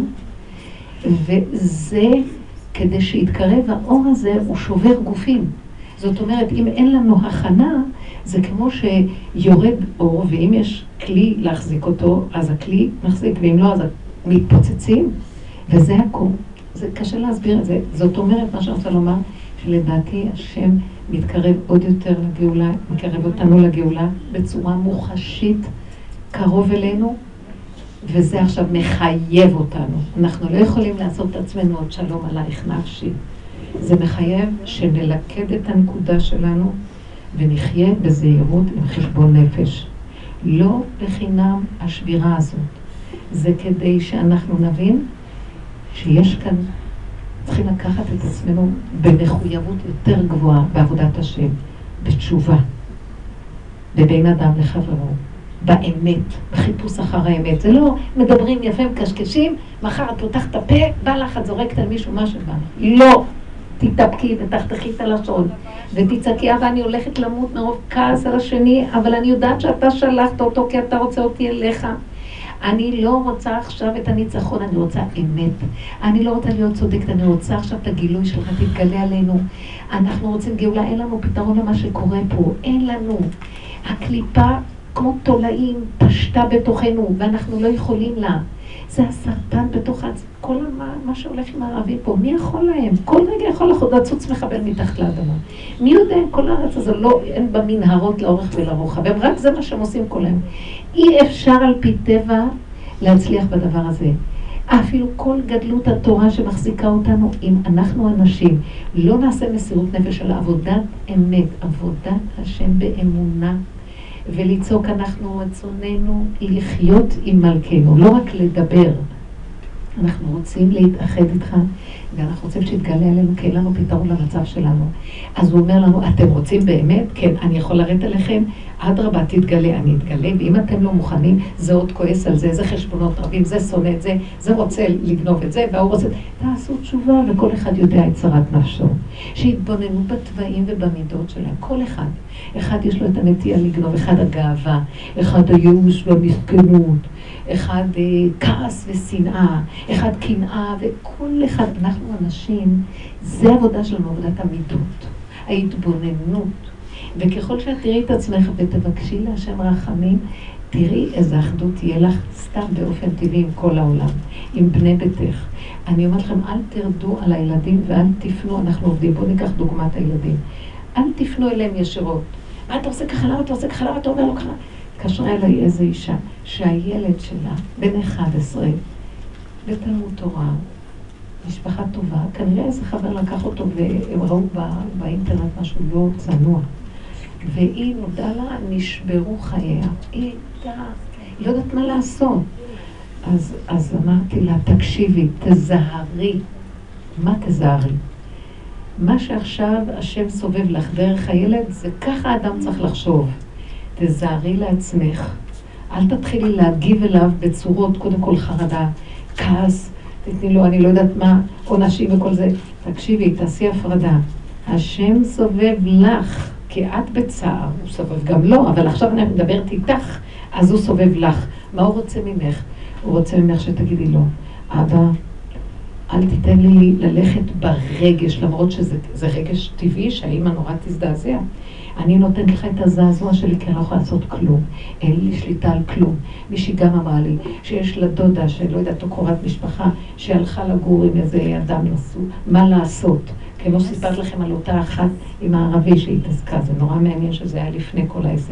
וזה כדי שיתקרב האור הזה הוא שובר גופים. זאת אומרת, אם אין לנו הכנה, זה כמו שיורד אור, ואם יש כלי להחזיק אותו, אז הכלי מחזיק, ואם לא, אז מתפוצצים, וזה הכל. זה קשה להסביר את זה. זאת אומרת, מה שאני רוצה לומר, שלדעתי השם מתקרב עוד יותר לגאולה, מקרב אותנו לגאולה בצורה מוחשית, קרוב אלינו, וזה עכשיו מחייב אותנו. אנחנו לא יכולים לעשות את עצמנו עוד שלום עלייך נפשי. זה מחייב שנלכד את הנקודה שלנו ונחיה בזהירות עם חשבון נפש. לא לחינם השבירה הזאת. זה כדי שאנחנו נבין שיש כאן, צריכים לקחת את עצמנו במחויבות יותר גבוהה בעבודת השם, בתשובה, בבין אדם לחברו, באמת, בחיפוש אחר האמת. זה לא מדברים יפה מקשקשים, מחר את פותחת את הפה, בא לך, את זורקת על מישהו מה שבא. לא, תתאפקי ותחתכי את הלשון, ותצעקי, אבל אני הולכת למות מרוב כעס על השני, אבל אני יודעת שאתה שלחת אותו כי אתה רוצה אותי אליך. אני לא רוצה עכשיו את הניצחון, אני רוצה אמת. אני לא רוצה להיות צודקת, אני רוצה עכשיו את הגילוי שלך, תתגלה עלינו. אנחנו רוצים גאולה, אין לנו פתרון למה שקורה פה, אין לנו. הקליפה כמו תולעים פשטה בתוכנו, ואנחנו לא יכולים לה. זה הסרטן בתוך כל מה שהולך עם הערבים פה. מי יכול להם? כל רגע יכול לצוץ מחבל מתחת לאדמה. מי יודע, כל הארץ הזו לא, אין בה מנהרות לאורך ולרוחב. ורק זה מה שהם עושים כל היום. אי אפשר על פי טבע להצליח בדבר הזה. אפילו כל גדלות התורה שמחזיקה אותנו, אם אנחנו אנשים לא נעשה מסירות נפש על עבודת אמת, עבודת השם באמונה, וליצוק אנחנו רצוננו לחיות עם מלכנו, לא רק לדבר. אנחנו רוצים להתאחד איתך, ואנחנו רוצים שיתגלה עלינו, כי אין לנו פתרון למצב שלנו. אז הוא אומר לנו, אתם רוצים באמת? כן, אני יכול לרדת עליכם, עד רבה תתגלה, אני אתגלה, ואם אתם לא מוכנים, זה עוד כועס על זה, זה חשבונות רבים, זה שונא את זה, זה רוצה לגנוב את זה, והוא רוצה, תעשו תשובה, וכל אחד יודע את צרת נפשו. שיתבוננו בטבעים ובמידות שלהם, כל אחד. אחד יש לו את הנטייה לגנוב, אחד הגאווה, אחד הייאוש והמסכנות, אחד כעס ושנאה, אחד קנאה, וכל אחד, אנחנו אנשים, זה עבודה שלנו, עבודת המידות, ההתבוננות. וככל שאת תראי את עצמך ותבקשי להשם רחמים, תראי איזה אחדות תהיה לך סתם באופן טבעי עם כל העולם, עם בני ביתך. אני אומרת לכם, אל תרדו על הילדים ואל תפנו, אנחנו עובדים, בואו ניקח דוגמת הילדים. אל תפנו אליהם ישירות. מה אתה עושה ככה, למה אתה עושה ככה, למה אתה אומר לו ככה? קשרה אליי איזו אישה, שהילד שלה, בן 11, בתלמוד תורה, משפחה טובה, כנראה איזה חבר לקח אותו והם ראו באינטרנט משהו לא צנוע. והיא נודע לה, נשברו חייה. היא לא יודעת מה לעשות. אז אמרתי לה, תקשיבי, תזהרי. מה תזהרי? מה שעכשיו השם סובב לך דרך הילד, זה ככה האדם צריך לחשוב. תזהרי לעצמך. אל תתחילי להגיב אליו בצורות, קודם כל חרדה, כעס, תתני לו, אני לא יודעת מה, עונשים וכל זה. תקשיבי, תעשי הפרדה. השם סובב לך, כי את בצער, הוא סובב גם לא, אבל עכשיו אני מדברת איתך, אז הוא סובב לך. מה הוא רוצה ממך? הוא רוצה ממך שתגידי לו, אבא, אל תיתן לי ללכת ברגש, למרות שזה רגש טבעי שהאימא נורא תזדעזע. אני נותנת לך את הזעזוע שלי, כי אני לא יכולה לעשות כלום. אין לי שליטה על כלום. מישהי גם אמרה לי שיש לה דודה, שלא יודעת, או קורת משפחה, שהלכה לגור עם איזה אדם נשוא, מה לעשות? כי לא סיפרת לכם על אותה אחת עם הערבי שהתעסקה, זה נורא מעניין שזה היה לפני כל העסק.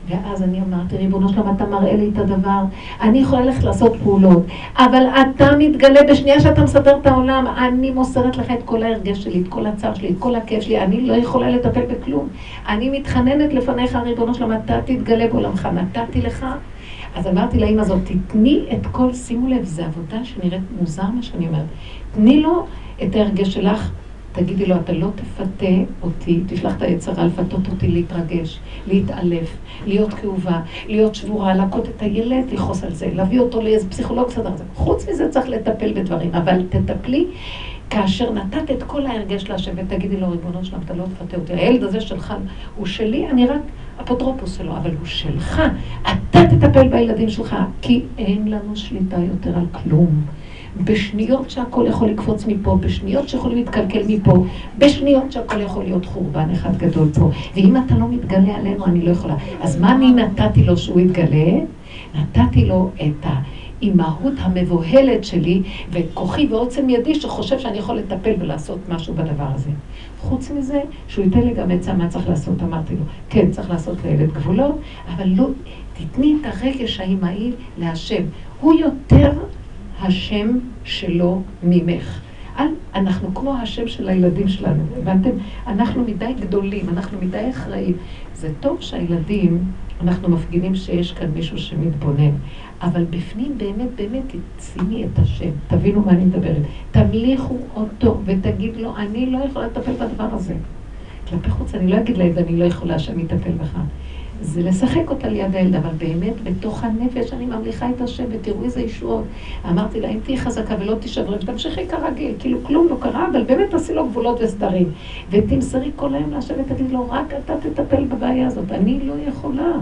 ואז אני אמרתי, ריבונו שלום, אתה מראה לי את הדבר, אני יכולה ללכת לעשות פעולות, אבל אתה מתגלה בשנייה שאתה מסדר את העולם, אני מוסרת לך את כל ההרגש שלי, את כל הצער שלי, את כל הכאב שלי, אני לא יכולה לטפל בכלום. אני מתחננת לפניך, ריבונו שלום, אתה תתגלה בעולמך, נתתי לך. אז אמרתי לאמא הזאת, תתני את כל, שימו לב, זו עבודה שנראית מוזר מה שאני אומרת, תני לו את ההרגש שלך, תגידי לו, אתה לא תפתה אותי, תשלח את היצרה לפתות אותי להתרגש, להתעלף, להיות כאובה, להיות שבורה, להכות את הילד, לכעוס על זה, להביא אותו לאיזה פסיכולוג סדר. חוץ מזה צריך לטפל בדברים, אבל תטפלי כאשר נתת את כל ההרגש להשם ותגידי לו, ריבונו שלם, אתה לא תפתה אותי. הילד הזה שלך הוא שלי, אני רק אפוטרופוס שלו, אבל הוא שלך. אתה תטפל בילדים שלך, כי אין לנו שליטה יותר על כלום. בשניות שהכל יכול לקפוץ מפה, בשניות שיכולים להתקלקל מפה, בשניות שהכל יכול להיות חורבן אחד גדול פה. ואם אתה לא מתגלה עלינו, אני לא יכולה. אז מה אני נתתי לו שהוא יתגלה? נתתי לו את האימהות המבוהלת שלי, וכוחי ועוצם ידי שחושב שאני יכול לטפל ולעשות משהו בדבר הזה. חוץ מזה, שהוא ייתן לי גם עצה מה צריך לעשות, אמרתי לו, כן, צריך לעשות לילד גבולות, אבל לא, תתני את הרגש האימהי להשם. הוא יותר השם שלו ממך. אנחנו כמו השם של הילדים שלנו, הבנתם? אנחנו מדי גדולים, אנחנו מדי אחראים. זה טוב שהילדים, אנחנו מפגינים שיש כאן מישהו שמתבונן, אבל בפנים באמת, באמת תשימי את השם, תבינו מה אני מדברת. תמליכו אותו ותגיד לו, אני לא יכולה לטפל בדבר הזה. כלפי חוץ, אני לא אגיד לילד, אני לא יכולה שם יטפל בך. זה לשחק אותה ליד הילד, אבל באמת בתוך הנפש אני ממליכה את השם, ותראו איזה ישועות. אמרתי לה, אם תהי חזקה ולא תשברי, ותמשיכי כרגיל, כאילו כלום לא קרה, אבל באמת תעשי לו גבולות וסדרים. ותמסרי כל היום להשם ותגיד לו, רק אתה תטפל בבעיה הזאת, אני לא יכולה.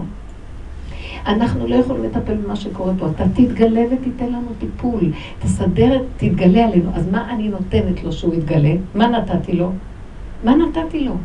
אנחנו לא יכולים לטפל במה שקורה פה, אתה תתגלה ותיתן לנו טיפול, תסדר, תתגלה עלינו. אז מה אני נותנת לו שהוא יתגלה? מה נתתי לו? מה נתתי לו?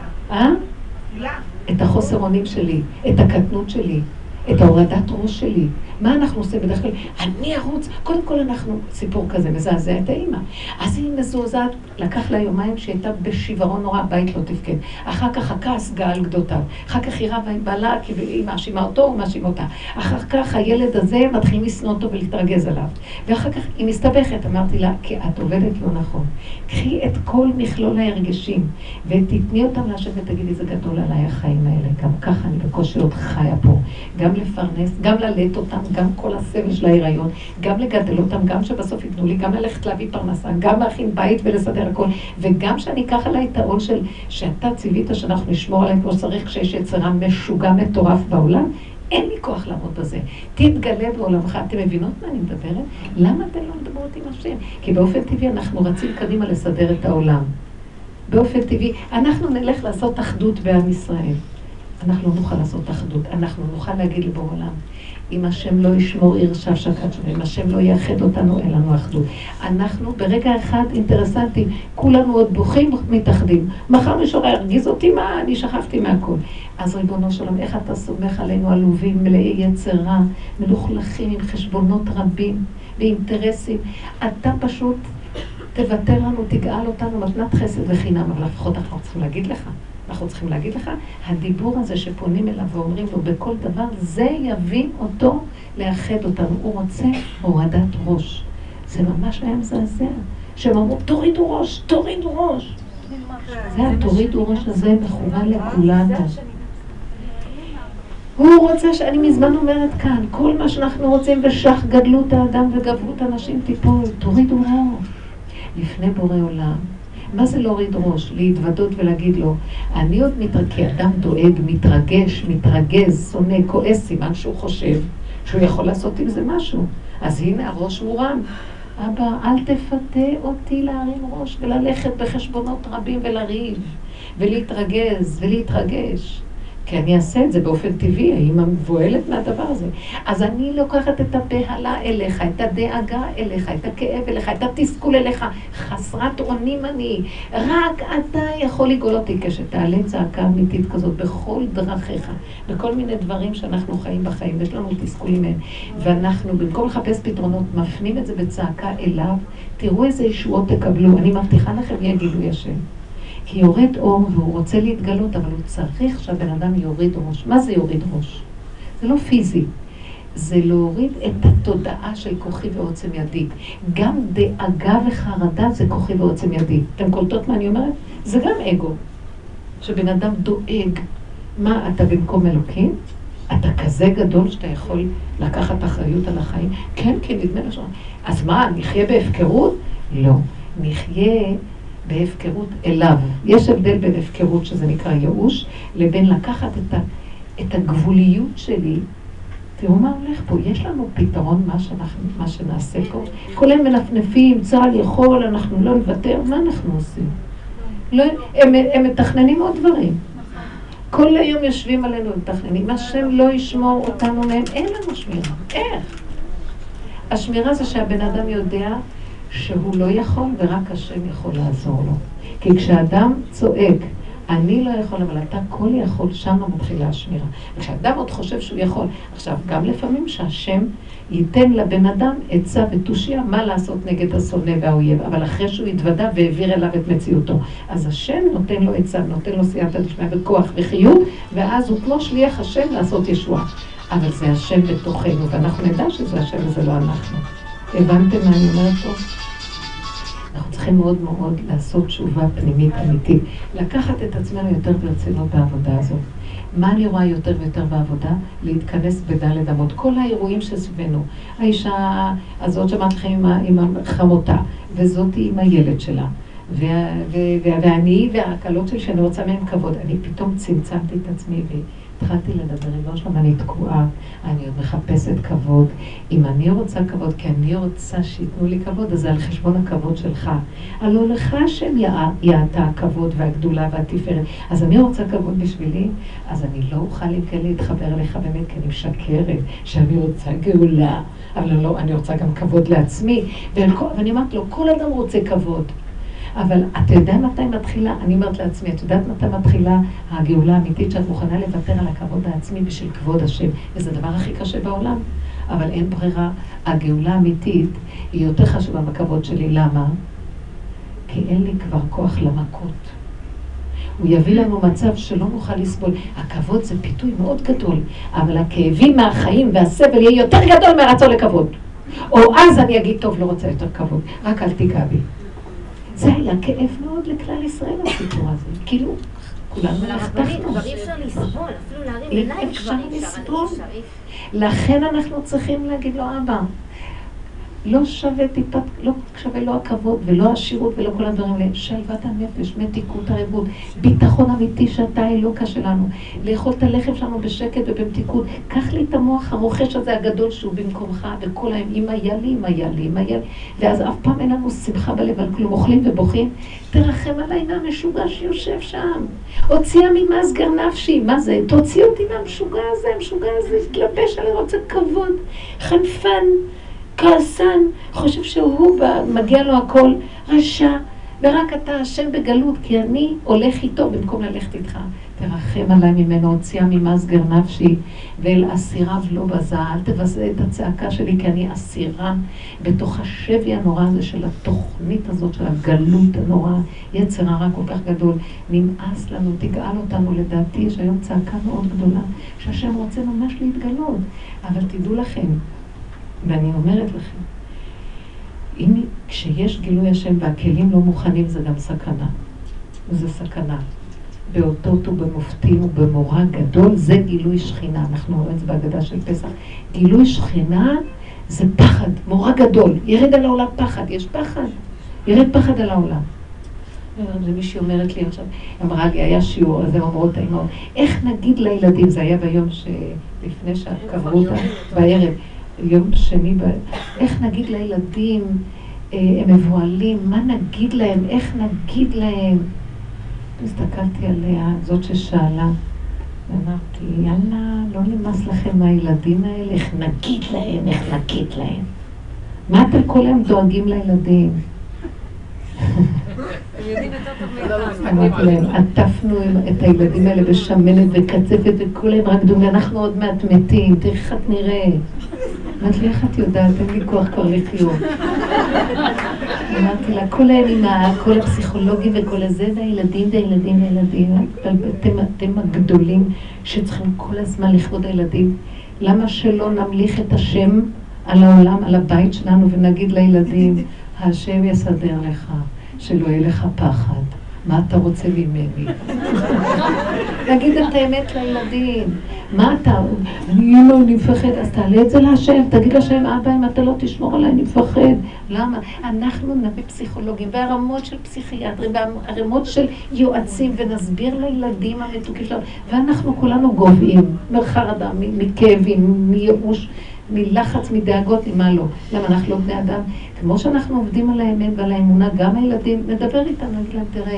את החוסר אונים שלי, את הקטנות שלי, את ההורדת ראש שלי. מה אנחנו עושים בדרך כלל? אני ארוץ, קודם כל אנחנו, סיפור כזה, מזעזע את האמא. אז היא מזועזעת, לקח לה יומיים שהייתה בשברון נורא, הבית לא תפקד. אחר כך הכעס גאל גדותיו. אחר כך היא רבה עם בעלה, כי היא מאשימה אותו, הוא מאשים אותה. אחר כך הילד הזה מתחיל לשנוא אותו ולהתרגז עליו. ואחר כך היא מסתבכת, אמרתי לה, כי את עובדת לא נכון. קחי את כל מכלול ההרגשים, ותתני אותם להשם ותגידי, זה גדול עליי החיים האלה. גם ככה אני בקושי עוד חיה פה. גם לפרנס, גם ללט אותם, גם כל הסבל של ההיריון, גם לגדל אותם, גם שבסוף יתנו לי, גם ללכת להביא פרנסה, גם להכין בית ולסדר הכל, וגם שאני אקח עליי את העול של שאתה ציווית שאנחנו נשמור עליהם כמו שצריך כשיש יצרה משוגע מטורף בעולם, אין לי כוח לעמוד בזה. תתגלה בעולמך. אתם מבינות מה אני מדברת? למה אתם לא מדברות עם השם? כי באופן טבעי אנחנו רצים קדימה לסדר את העולם. באופן טבעי, אנחנו נלך לעשות אחדות בעם ישראל. אנחנו לא נוכל לעשות אחדות, אנחנו נוכל להגיד לבורא עולם, אם השם לא ישמור עיר שב שקד שונה, אם השם לא יאחד אותנו, אין לנו אחדות. אנחנו ברגע אחד אינטרסנטים, כולנו עוד בוכים מתאחדים. מחר מישהו הרגיז אותי, מה? אני שכבתי מהכל. אז ריבונו שלום, איך אתה סומך עלינו עלובים, מלאי יצרה, מלוכלכים עם חשבונות רבים ואינטרסים. אתה פשוט תוותר לנו, תגאל אותנו, מתנת חסד וחינם, אבל לפחות אנחנו צריכים להגיד לך. אנחנו צריכים להגיד לך, הדיבור הזה שפונים אליו ואומרים לו בכל דבר, זה יביא אותו לאחד אותנו. הוא רוצה הורדת ראש. זה ממש היה מזעזע. שהם אמרו, תורידו ראש, תורידו ראש. זה התורידו ראש הזה מכוון לכולנו. הוא רוצה שאני מזמן אומרת כאן, כל מה שאנחנו רוצים בשח גדלות האדם וגברות אנשים תיפול, תורידו ראש. לפני בורא עולם. מה זה להוריד ראש? להתוודות ולהגיד לו, אני עוד כי אדם דואג, מתרגש, מתרגז, שונא, כועס, סימן שהוא חושב שהוא יכול לעשות עם זה משהו. אז הנה הראש מורם. אבא, אל תפתה אותי להרים ראש וללכת בחשבונות רבים ולריב ולהתרגז ולהתרגש. כי אני אעשה את זה באופן טבעי, האמא מבועלת מהדבר הזה. אז אני לוקחת את הבהלה אליך, את הדאגה אליך, את הכאב אליך, את התסכול אליך. חסרת אונים אני. רק אתה יכול לגאול אותי כשתעלה צעקה אמיתית כזאת בכל דרכיך, בכל מיני דברים שאנחנו חיים בחיים. יש לנו תסכולים מהם. ואנחנו במקום לחפש פתרונות, מפנים את זה בצעקה אליו. תראו איזה ישועות תקבלו. אני מבטיחה לכם, יהיה גילוי השם. כי יורד אור והוא רוצה להתגלות, אבל הוא צריך שהבן אדם יוריד ראש. מה זה יוריד ראש? זה לא פיזי. זה להוריד את התודעה של כוחי ועוצם ידי. גם דאגה וחרדה זה כוחי ועוצם ידי. אתם קולטות מה אני אומרת? זה גם אגו. שבן אדם דואג. מה, אתה במקום אלוקים? אתה כזה גדול שאתה יכול לקחת אחריות על החיים? כן, כן, נדמה לשון. אז מה, נחיה בהפקרות? לא. נחיה בהפקרות אליו. יש הבדל בין הפקרות, שזה נקרא ייאוש, לבין לקחת את הגבוליות שלי. תראו מה הולך פה, יש לנו פתרון מה שנעשה פה. כל הם מנפנפים, צה"ל יכול, אנחנו לא נוותר, מה אנחנו עושים? לא, הם מתכננים עוד דברים. כל היום יושבים עלינו ומתכננים, השם לא ישמור אותנו מהם, אין לנו שמירה. איך? השמירה זה שהבן אדם יודע שהוא לא יכול ורק השם יכול לעזור לו. כי כשאדם צועק, אני לא יכול, אבל אתה כל יכול, שם מתחילה השמירה. וכשאדם עוד חושב שהוא יכול, עכשיו, גם לפעמים שהשם ייתן לבן אדם עצה ותושיה מה לעשות נגד השונא והאויב, אבל אחרי שהוא התוודע והעביר אליו את מציאותו. אז השם נותן לו עצה, נותן לו סייעתא דשמיא וכוח וחיות, ואז הוא כמו שליח השם לעשות ישועה. אבל זה השם בתוכנו, ואנחנו נדע שזה השם וזה לא אנחנו. הבנתם מה אני אומרת פה? אנחנו צריכים מאוד מאוד לעשות תשובה פנימית אמיתית, לקחת את עצמנו יותר ברצינות בעבודה הזאת. מה אני רואה יותר ויותר בעבודה? להתכנס בדלת אמות. כל האירועים שסביבנו, האישה הזאת שמעת לכם עם החמותה, וזאת עם הילד שלה, ואני והקלות שלי שאני רוצה מהם כבוד. אני פתאום צמצמתי את עצמי התחלתי לדבר עם לא שלום, אני תקועה, אני עוד מחפשת כבוד. אם אני רוצה כבוד, כי אני רוצה שיתנו לי כבוד, אז זה על חשבון הכבוד שלך. הלא לך השם יעתה הכבוד והגדולה והתפארת. אז אני רוצה כבוד בשבילי, אז אני לא אוכל אם כן להתחבר אליך באמת, כי אני משקרת, שאני רוצה גאולה, אבל לא, אני רוצה גם כבוד לעצמי. ואני אומרת לו, כל אדם רוצה כבוד. אבל אתה יודע מתי מתחילה? אני אומרת לעצמי, את יודעת מתי מתחילה הגאולה האמיתית שאת מוכנה לוותר על הכבוד העצמי בשביל כבוד השם, וזה הדבר הכי קשה בעולם. אבל אין ברירה, הגאולה האמיתית היא יותר חשובה בכבוד שלי. למה? כי אין לי כבר כוח למכות. הוא יביא לנו מצב שלא נוכל לסבול. הכבוד זה פיתוי מאוד גדול, אבל הכאבים מהחיים והסבל יהיה יותר גדול מהרצון לכבוד. או אז אני אגיד, טוב, לא רוצה יותר כבוד, רק אל תיגע בי. זה היה כאב מאוד לכלל ישראל הסיפור הזה. כאילו, כולנו נחתכנו. כבר אי אפשר לסבול, אפילו להרים עיניים כבר אי אפשר. לכן אנחנו צריכים להגיד לו, אבא, לא שווה טיפת, לא שווה לא הכבוד ולא השירות ולא כל הדברים האלה. שלוות הנפש, מתיקות הרבות, ביטחון אמיתי שאתה האלוקה שלנו. לאכול את הלחם שלנו בשקט ובמתיקות. קח לי את המוח הרוכש הזה הגדול שהוא במקומך, וכל היום, אם היה לי, אם היה לי, אם היה לי. ואז אף פעם אין לנו שמחה בלב על כלום, אוכלים ובוכים. תרחם עליי מהמשוגע שיושב שם. הוציאה ממסגר נפשי, מה זה? תוציא אותי מהמשוגע הזה, המשוגע הזה, התלבש עלי, רוצה כבוד, חנפן. כעסן, חושב שהוא מגיע לו הכל, רשע, ורק אתה השם בגלות, כי אני הולך איתו במקום ללכת איתך. תרחם עליי ממנו, הוציאה ממסגר נפשי, ואל אסיריו לא בזה, אל תבזה את הצעקה שלי, כי אני אסירה בתוך השבי הנורא הזה של התוכנית הזאת, של הגלות הנורא, יצר הרע כל כך גדול. נמאס לנו, תגאל אותנו, לדעתי יש היום צעקה מאוד גדולה, שהשם רוצה ממש להתגלות, אבל תדעו לכם, ואני אומרת לכם, אם כשיש גילוי השם והכלים לא מוכנים, זה גם סכנה. זה סכנה. באותות ובמופתים ובמורא גדול, זה גילוי שכינה. אנחנו רואים את זה בהגדה של פסח. גילוי שכינה זה פחד, מורא גדול. ירד על העולם פחד, יש פחד. ירד פחד על העולם. ומישהי אומרת לי עכשיו, אמרה לי, היה שיעור, אז הם אמרו את האמא, איך נגיד לילדים, זה היה ביום שלפני שקברו אותה, בערב, יום שני, איך נגיד לילדים, הם מבועלים, מה נגיד להם, איך נגיד להם? הסתכלתי עליה, זאת ששאלה, ואמרתי, יאללה, לא נמאס לכם מהילדים האלה, איך נגיד להם, איך נגיד להם? מה אתם כל היום דואגים לילדים? אמרתי להם, עטפנו את הילדים האלה בשמנת וקצפת וכולם רק דומה, אנחנו עוד מעט מתים, תראי איך את נראה. אמרתי לי, איך את יודעת, אין לי כוח כבר לחיות. אמרתי לה, כל האימה, כל הפסיכולוגים וכל הזה, והילדים, אתם הגדולים שצריכים כל הזמן לכבוד הילדים. למה שלא נמליך את השם על העולם, על הבית שלנו, ונגיד לילדים, השם יסדר לך, שלא יהיה לך פחד. מה אתה רוצה ממני? נגיד את האמת לילדים. מה אתה? אני מפחד, אז תעלה את זה להשם, תגיד לשם, אבא, אם אתה לא תשמור עליי, אני מפחד. למה? אנחנו נביא פסיכולוגים, והרמות של פסיכיאטרים, והרמות של יועצים, ונסביר לילדים המתוקים שלנו, ואנחנו כולנו גובעים, מחרדה, מכאבים, מייאוש, מלחץ, מדאגות, ממה לא. למה אנחנו לא בני אדם? כמו שאנחנו עובדים על האמת ועל האמונה, גם הילדים, נדבר איתם, נגיד להם, תראה,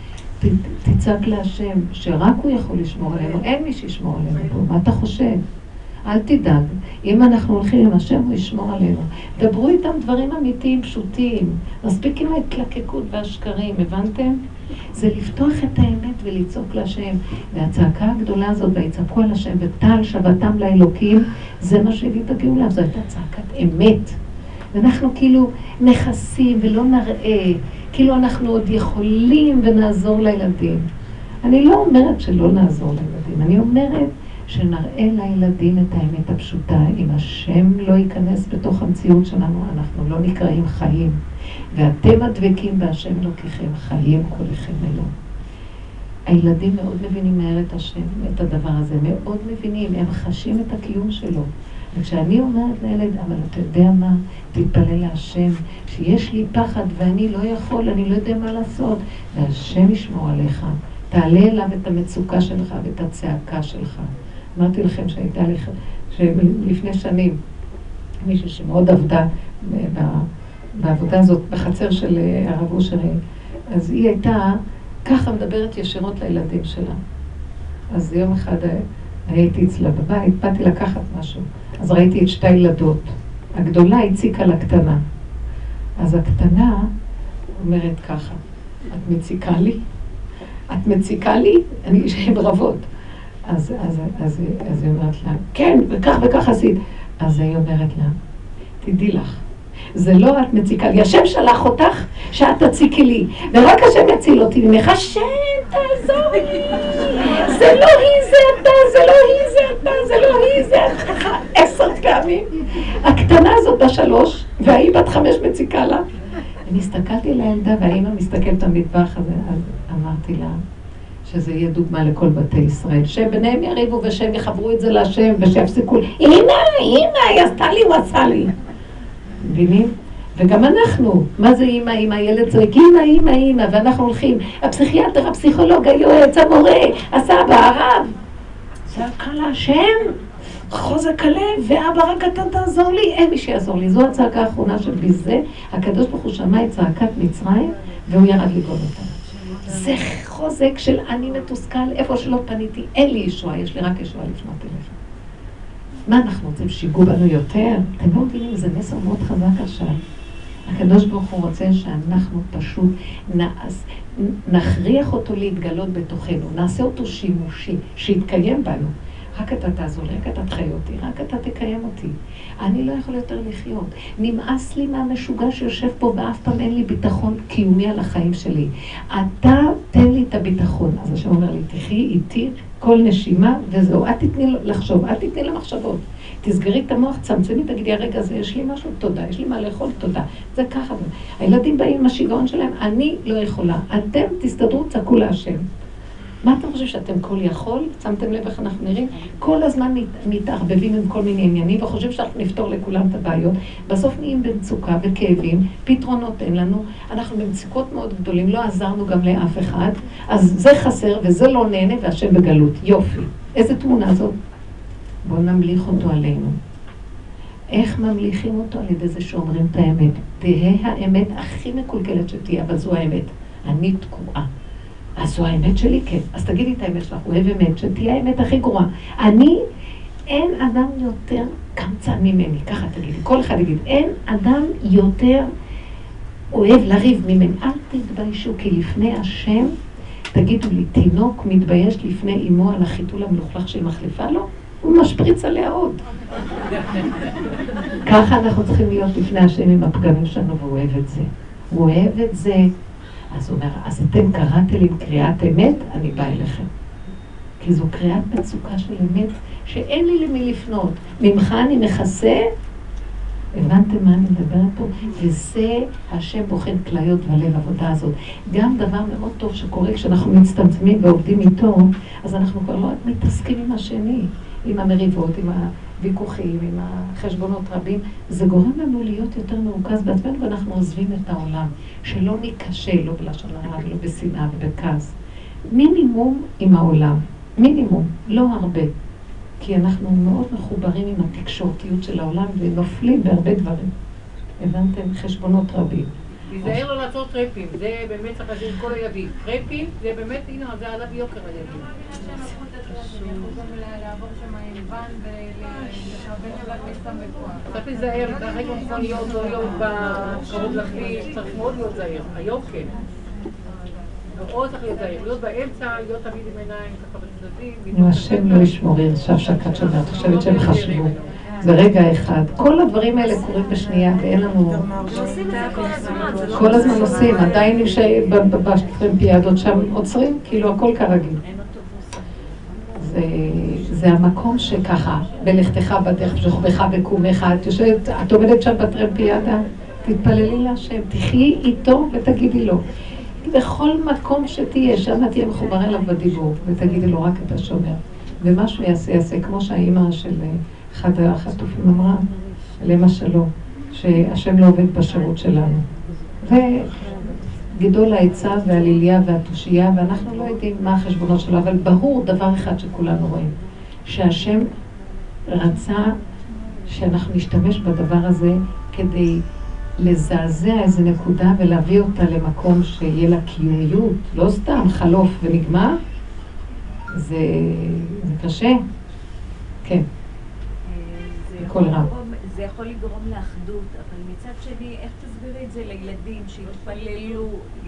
תצעק להשם, שרק הוא יכול לשמור עלינו, אין מי שישמור עלינו פה, מה אתה חושב? אל תדאג, אם אנחנו הולכים עם השם, הוא ישמור עלינו. דברו איתם דברים אמיתיים, פשוטים, מספיק עם ההתלקקות והשקרים, הבנתם? זה לפתוח את האמת ולצעוק להשם, והצעקה הגדולה הזאת, ויצעקו על השם, ותעל שבתם לאלוקים, זה מה שהביא את הגאולה, זו הייתה צעקת אמת. ואנחנו כאילו מכסים ולא נראה, כאילו אנחנו עוד יכולים ונעזור לילדים. אני לא אומרת שלא נעזור לילדים, אני אומרת שנראה לילדים את האמת הפשוטה. אם השם לא ייכנס בתוך המציאות שלנו, אנחנו לא נקראים חיים. ואתם הדבקים בהשם אלוקיכם, חיים כולכם אלו. הילדים מאוד מבינים מהר את השם, את הדבר הזה, מאוד מבינים, הם חשים את הקיום שלו. וכשאני אומרת לילד, אבל אתה יודע מה, תתפלל להשם, שיש לי פחד ואני לא יכול, אני לא יודע מה לעשות, והשם ישמור עליך, תעלה אליו את המצוקה שלך ואת הצעקה שלך. אמרתי לכם שהייתה לי, שלפני שנים, מישהו שמאוד עבדה בעבודה הזאת, בחצר של הרב אושרי, אז היא הייתה ככה מדברת ישירות לילדים שלה. אז יום אחד הייתי אצלה בבית, באתי לקחת משהו, אז ראיתי את שתי ילדות. הגדולה הציקה לקטנה. אז הקטנה אומרת ככה, את מציקה לי? את מציקה לי? אני שהן רבות. אז היא אומרת לה, כן, וכך וכך עשית. אז היא אומרת לה, תדעי לך, זה לא את מציקה לי, השם שלח אותך שאת תציקי לי, ורק השם יציל אותי ממך, השם תעזור לי, זה לא היא זה אתה, זה לא היא זה אתה, זה לא היא זה אתה, 10 פעמים. הקטנה הזאת ב3, והיא בת 5 מציקה לה. אני הסתכלתי לילדה, והאמא מסתכלת במטבח הזה, אז אמרתי לה, שזה יהיה דוגמה לכל בתי ישראל, שבניהם יריבו ושהם יחברו את זה להשם ושיפסיקו, אמא, היא עשתה לי, הוא עשה לי. מבינים? וגם אנחנו, מה זה אמא, אמא, ילד צועק, אמא, ואנחנו הולכים, הפסיכיאטר, הפסיכולוג, היועץ, המורה, הסבא, הרב. צעקה להשם, חוזק הלב, ואבא רק אתה תעזור לי, אין מי שיעזור לי. זו הצעקה האחרונה שבזה, הקדוש ברוך הוא שמע את צעקת מצרים, והוא ירד לגאול אותה. זה חוזק של אני מתוסכל, איפה שלא פניתי, אין לי ישועה, יש לי רק ישועה לפנות אליך. מה אנחנו רוצים, שיגעו בנו יותר? אתם לא מבינים, זה מסר מאוד חזק עכשיו. הקדוש ברוך הוא רוצה שאנחנו פשוט נכריח אותו להתגלות בתוכנו, נעשה אותו שימושי, שיתקיים בנו. רק אתה תעזור לי, רק אתה תחיה אותי, רק אתה תקיים אותי. אני לא יכול יותר לחיות. נמאס לי מהמשוגע שיושב פה ואף פעם אין לי ביטחון קיומי על החיים שלי. אתה תן לי את הביטחון. אז השם אומר לי, תחי איתי כל נשימה וזהו. אל תתני לחשוב, אל תתני למחשבות. תסגרי את המוח, צמצמי, תגידי, הרגע הזה יש לי משהו, תודה, יש לי מה לאכול, תודה. זה ככה. הילדים באים עם השיגעון שלהם, אני לא יכולה. אתם תסתדרו, צעקו להשם. מה אתם חושבים שאתם כל יכול? שמתם לב איך אנחנו נראים? כל הזמן מתערבבים עם כל מיני עניינים וחושבים שאנחנו נפתור לכולם את הבעיות. בסוף נהיים במצוקה וכאבים, פתרונות אין לנו, אנחנו במצוקות מאוד גדולים, לא עזרנו גם לאף אחד, אז זה חסר וזה לא נהנה והשם בגלות. יופי. איזה תמונה זאת? בואו נמליך אותו עלינו. איך ממליכים אותו? על ידי זה שאומרים את האמת. תהיה האמת הכי מקולקלת שתהיה, אבל זו האמת. אני תקועה. אז זו האמת שלי, כן. אז תגידי את האמת שלך, אוהב אמת, שתהיה האמת הכי גרועה. אין אדם יותר קמצן ממני, ככה תגידי. כל אחד יגיד, אין אדם יותר אוהב לריב ממני. אל תתביישו, כי לפני השם, תגידו לי, תינוק מתבייש לפני אמו על החיתול המלוכלך שהיא מחליפה לו? הוא משפריץ עליה עוד. ככה אנחנו צריכים להיות לפני השם עם הפגמים שלנו, והוא אוהב את זה. הוא אוהב את זה. אז הוא אומר, אז אתם קראתם לי קריאת אמת, אני בא אליכם. כי זו קריאת מצוקה של אמת, שאין לי למי לפנות. ממך אני מכסה, הבנתם מה אני מדברת פה? וזה השם בוחן כליות ולב עבודה הזאת. גם דבר מאוד טוב שקורה כשאנחנו מצטמצמים ועובדים איתו, אז אנחנו כבר לא מתעסקים עם השני, עם המריבות, עם הוויכוחים, עם החשבונות רבים. זה גורם לנו להיות יותר מרוכז בעצמנו, ואנחנו עוזבים את העולם. שלא ניקשה, לא בלשון הרע, לא בשנאה ובכעס. מינימום עם העולם. מינימום, לא הרבה. כי אנחנו מאוד מחוברים עם התקשורתיות של העולם ונופלים בהרבה דברים. הבנתם? חשבונות רבים. תיזהר לא לעשות טרפים, זה באמת צריך להזין כל היבים. טרפים זה באמת, הנה, זה עליו יוקר היבים. לעבור שם עם ון ולכוון לבד מסתם בכוח. צריך להיזהר, צריך גם להיות, לא להיות בקרוב לכביש, צריך מאוד להיות זהיר. היום כן. מאוד צריך להיות זהיר, להיות באמצע, להיות תמיד עם עיניים ככה בצדדים. אם השם לא ישמור, ירשב שקד שומר, את חושבת שהם חשבו. זה רגע אחד. כל הדברים האלה קורים בשנייה, ואין לנו... כל הזמן עושים, עדיין בטרמפיאדות שם עוצרים, כאילו הכל כרגיל. זה המקום שככה, בלכתך בדרך, בשוכבך בקומך, את עומדת שם בטרמפיאדה, תתפללי להשם, תחיי איתו ותגידי לו. בכל מקום שתהיה, שם תהיה מחובר אליו בדיבור, ותגידי לו רק את השומר. ומה שהוא יעשה, כמו שהאימא של אחד החטופים אמרה, עליהם השלום, שהשם לא עובד בשירות שלנו. וגדול העצה והליליה והתושייה, ואנחנו לא יודעים מה החשבונות שלו, אבל ברור דבר אחד שכולנו רואים, שהשם רצה שאנחנו נשתמש בדבר הזה כדי לזעזע איזו נקודה ולהביא אותה למקום שיהיה לה קיומיות, לא סתם חלוף ונגמר. זה קשה. כן. זה יכול לגרום לאחדות, אבל מצד שני, איך תסבירי את זה לילדים שהתפללו,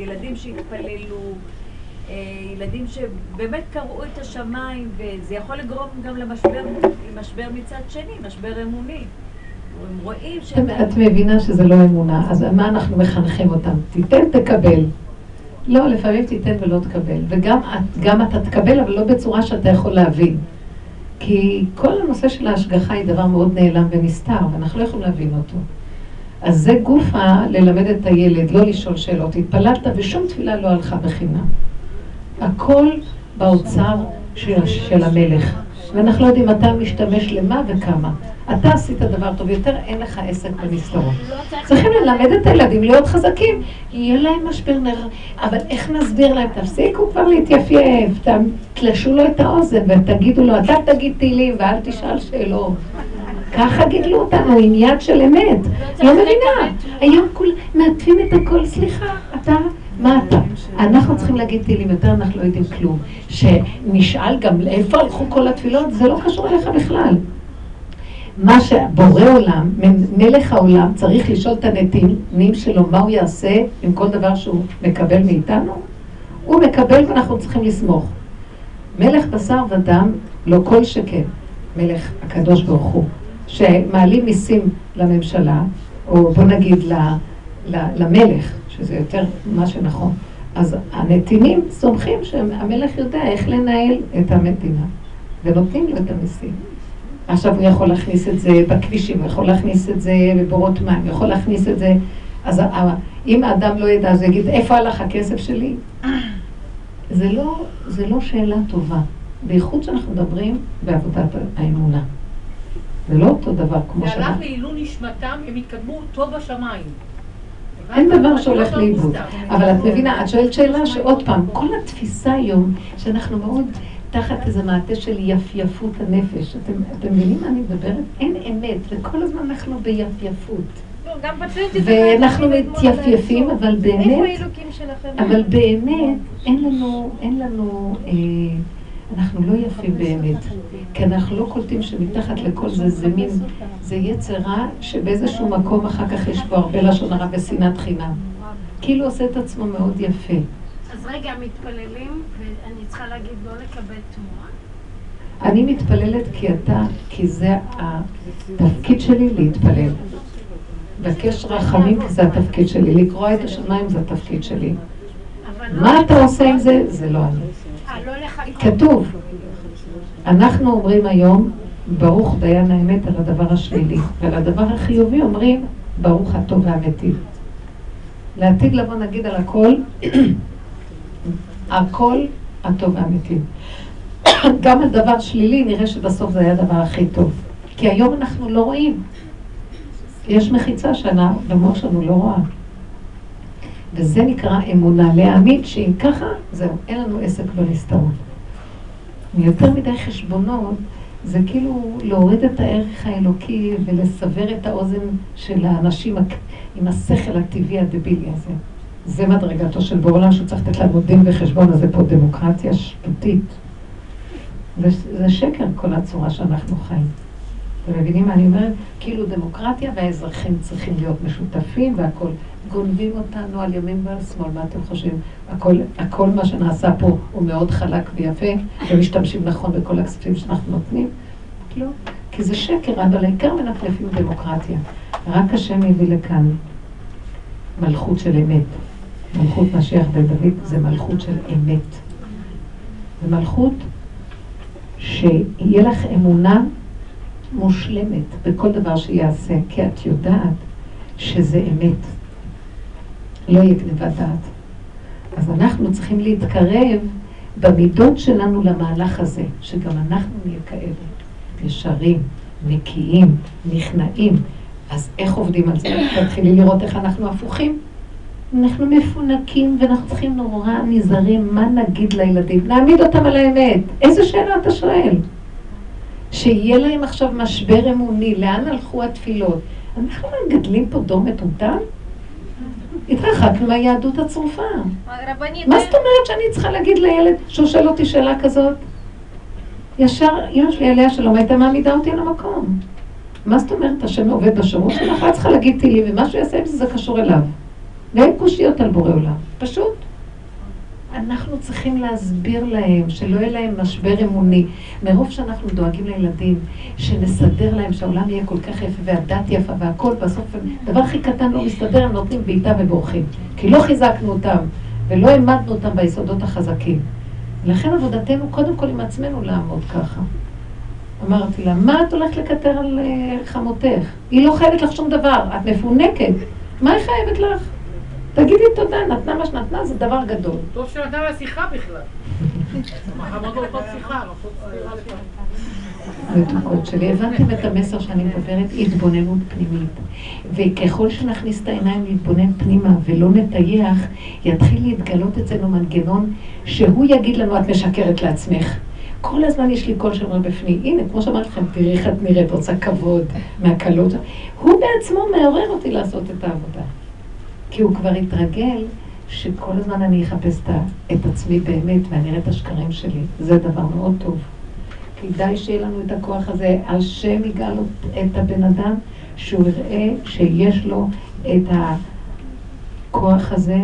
ילדים שבאמת קראו את השמיים, וזה יכול לגרום גם למשבר מצד שני, משבר אמוני. הם רואים את מבינה שזה לא אמונה, אז מה אנחנו מחנכים אותם? תיתן, תקבל. לא, לפעמים תיתן ולא תקבל. וגם אתה תקבל, אבל לא בצורה שאתה יכול להבין. כי כל הנושא של ההשגחה היא דבר מאוד נעלם ונסתר, ואנחנו לא יכולים להבין אותו. אז זה גופה ללמד את הילד, לא לשאול שאלות. התפללת ושום תפילה לא הלכה בחינם. הכל באוצר של המלך. ואנחנו לא יודעים אתה משתמש למה וכמה. אתה עשית דבר טוב יותר, אין לך עסק בנסתרות. צריכים ללמד את הילדים להיות חזקים. יהיה להם משבר נר, אבל איך נסביר להם? תפסיקו כבר להתייפייף, תלשו לו את האוזן ותגידו לו, אתה תגיד תהילים ואל תשאל שאלות. ככה גידלו אותנו עם יד של אמת. לא מבינה. היום מעטפים את הכל, סליחה, אתה... מה אתה? אנחנו צריכים להגיד תהילים יותר, אנחנו לא יודעים כלום. שנשאל גם איפה הלכו כל התפילות, זה לא קשור אליך בכלל. מה שבורא עולם, מלך העולם, צריך לשאול את הנתינים שלו מה הוא יעשה עם כל דבר שהוא מקבל מאיתנו. הוא מקבל ואנחנו צריכים לסמוך. מלך בשר ודם, לא כל שכן, מלך הקדוש ברוך הוא, שמעלים מיסים לממשלה, או בוא נגיד למלך, שזה יותר מה שנכון. אז הנתינים סומכים שהמלך יודע איך לנהל את המדינה, ונותנים לו את המיסים. עכשיו הוא יכול להכניס את זה בכבישים, הוא יכול להכניס את זה בבורות מים, הוא יכול להכניס את זה. אז אם האדם לא ידע, אז הוא יגיד, איפה הלך הכסף שלי? זה לא שאלה טובה. בייחוד שאנחנו מדברים בעבודת האמונה. זה לא אותו דבר כמו זה הלך לעילוי נשמתם, הם התקדמו טוב בשמיים. אין דבר שהולך לאיבוד. אבל את מבינה, את שואלת שאלה שעוד פעם, כל התפיסה היום, שאנחנו מאוד תחת איזה מעטה של יפייפות הנפש. אתם מבינים מה אני מדברת? אין אמת, וכל הזמן אנחנו ביפייפות. ואנחנו מתייפייפים, אבל באמת אין לנו, אנחנו לא יפים באמת, כי אנחנו לא קולטים שמתחת לכל זה מין, זה יצר רע שבאיזשהו מקום אחר כך יש פה הרבה לשון הרע ושנאת חינם. כאילו עושה את עצמו מאוד יפה. אז רגע, מתפללים, ואני צריכה להגיד לא לקבל תמורה? אני מתפללת כי זה התפקיד שלי להתפלל. בקש רחמים כי זה התפקיד שלי. לקרוא את השמיים זה התפקיד שלי. מה אתה עושה עם זה? זה לא אני. כתוב. אנחנו אומרים היום, ברוך דיין האמת על הדבר השלילי, ועל הדבר החיובי אומרים, ברוך הטוב והאמיתי. לעתיד לבוא נגיד על הכל, הכל הטוב והאמיתי. גם על דבר שלילי נראה שבסוף זה היה הדבר הכי טוב. כי היום אנחנו לא רואים. יש מחיצה במוח שלנו לא רואה. וזה נקרא אמונה, להאמין שאם ככה, זהו, אין לנו עסק בנסתרות. מיותר מדי חשבונות, זה כאילו להוריד את הערך האלוקי ולסבר את האוזן של האנשים עם השכל הטבעי הדבילי הזה. זה מדרגתו של בעולם שצריך לתת לנו דין וחשבון, אז זה פה דמוקרטיה שטותית. זה שקר כל הצורה שאנחנו חיים. אתם מבינים מה אני אומרת? כאילו דמוקרטיה והאזרחים צריכים להיות משותפים והכל. גונבים אותנו על ימין ועל שמאל, מה אתם חושבים? הכל מה שנעשה פה הוא מאוד חלק ויפה, ומשתמשים נכון בכל הכספים שאנחנו נותנים. לא, כי זה שקר, אבל העיקר מנפנפים דמוקרטיה. רק השם הביא לכאן מלכות של אמת. מלכות משיח בן דוד זה מלכות של אמת. זה מלכות שיהיה לך אמונה מושלמת בכל דבר שיעשה, כי את יודעת שזה אמת. לא יהיה גניבת דעת. אז אנחנו צריכים להתקרב במידות שלנו למהלך הזה, שגם אנחנו נהיה כאלה, ישרים, נקיים, נכנעים. אז איך עובדים על זה? תתחילי לראות איך אנחנו הפוכים. אנחנו מפונקים ואנחנו צריכים נורא נזהרים מה נגיד לילדים. נעמיד אותם על האמת. איזה שאלה אתה שואל? שיהיה להם עכשיו משבר אמוני, לאן הלכו התפילות? אנחנו גדלים פה דור מטומטם? התרחקנו מהיהדות הצרופה. מה זאת אומרת שאני צריכה להגיד לילד שהוא שואל אותי שאלה כזאת? ישר, אמא שלי עליה שלום, הייתה מעמידה אותי על המקום. מה זאת אומרת, השם עובד בשירות שלך? את צריכה להגיד תהילים, ומה שהוא יעשה עם זה קשור אליו. ואין קושיות על בורא עולם. פשוט. אנחנו צריכים להסביר להם, שלא יהיה להם משבר אמוני. מרוב שאנחנו דואגים לילדים, שנסדר להם שהעולם יהיה כל כך יפה, והדת יפה והכל בסוף, דבר הכי קטן לא מסתדר, הם נותנים בעיטה ובורחים. כי לא חיזקנו אותם, ולא העמדנו אותם ביסודות החזקים. לכן עבודתנו קודם כל עם עצמנו לעמוד ככה. אמרתי לה, מה את הולכת לקטר על חמותך? היא לא חייבת לך שום דבר, את מפונקת. מה היא חייבת לך? תגידי תודה, נתנה מה שנתנה, זה דבר גדול. טוב שנתנה לה שיחה בכלל. מחמדו אותות שיחה, רפות סבירה לפעמים. מתוקות שלי, הבנתם את המסר שאני מדברת, התבוננות פנימית. וככל שנכניס את העיניים להתבונן פנימה ולא נטייח, יתחיל להתגלות אצלנו מנגנון שהוא יגיד לנו, את משקרת לעצמך. כל הזמן יש לי קול שאומר בפני, הנה, כמו שאמרתי לכם, תראי איך את נראית, רוצה כבוד מהקלות. הוא בעצמו מעורר אותי לעשות את העבודה. כי הוא כבר התרגל שכל הזמן אני אחפש את עצמי באמת ואני אראה את השקרים שלי. זה דבר מאוד טוב. כדאי שיהיה לנו את הכוח הזה. השם יגאל את הבן אדם שהוא יראה שיש לו את הכוח הזה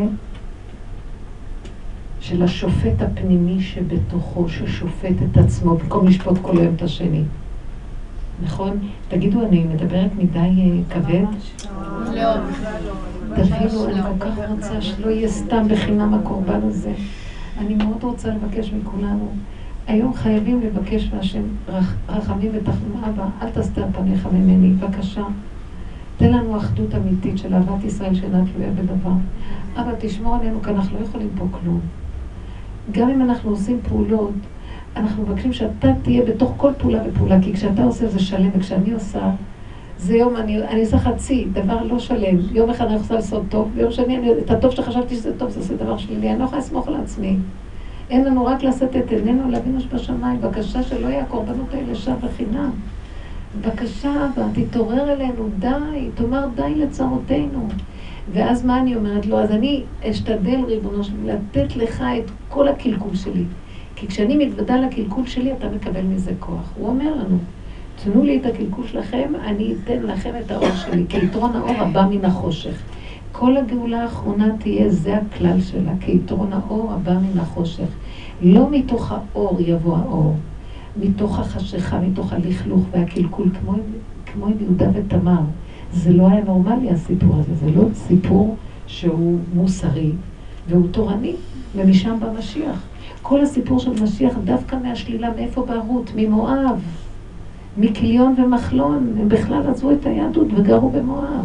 של השופט הפנימי שבתוכו, ששופט את עצמו במקום לשפוט כל היום את השני. נכון? תגידו, אני מדברת מדי כבד? לא. תבינו, אני כל כך רוצה שלא יהיה סתם בחינם הקורבן הזה. אני מאוד רוצה לבקש מכולנו. היום חייבים לבקש מהשם רחמים ותחנון. אבא, אל תסתר פניך ממני, בבקשה. תן לנו אחדות אמיתית של אהבת ישראל שאינה תלויה בדבר. אבא, תשמור עלינו, כי אנחנו לא יכולים פה כלום. גם אם אנחנו עושים פעולות, אנחנו מבקשים שאתה תהיה בתוך כל פעולה ופעולה, כי כשאתה עושה זה שלם, וכשאני עושה, זה יום, אני עושה חצי, דבר לא שלם. יום אחד אני רוצה לעשות טוב, ויום שני, את הטוב שחשבתי שזה טוב, זה עושה דבר שלילי. אני לא יכולה לסמוך על עצמי. אין לנו רק לשאת את עינינו לאבינו שבשמיים. בבקשה שלא יהיה הקורבנות האלה שם בחינם. בבקשה, אבא, תתעורר אלינו, די, תאמר די לצרותינו. ואז מה אני אומרת לו? אז אני אשתדל, ריבונו שלי, לתת לך את כל הקלקול שלי. כי כשאני מתוודה לקלקול שלי, אתה מקבל מזה כוח. הוא אומר לנו, תנו לי את הקלקול שלכם, אני אתן לכם את האור שלי, כי יתרון האור הבא מן החושך. כל הגאולה האחרונה תהיה, זה הכלל שלה, כי יתרון האור הבא מן החושך. לא מתוך האור יבוא האור. מתוך החשיכה, מתוך הלכלוך והקלקול, כמו עם יהודה ותמר. זה לא היה נורמלי הסיפור הזה, זה לא סיפור שהוא מוסרי והוא תורני, ומשם במשיח. כל הסיפור של משיח דווקא מהשלילה, מאיפה בהרות? ממואב, מכליון ומחלון, הם בכלל עזבו את היהדות וגרו במואב.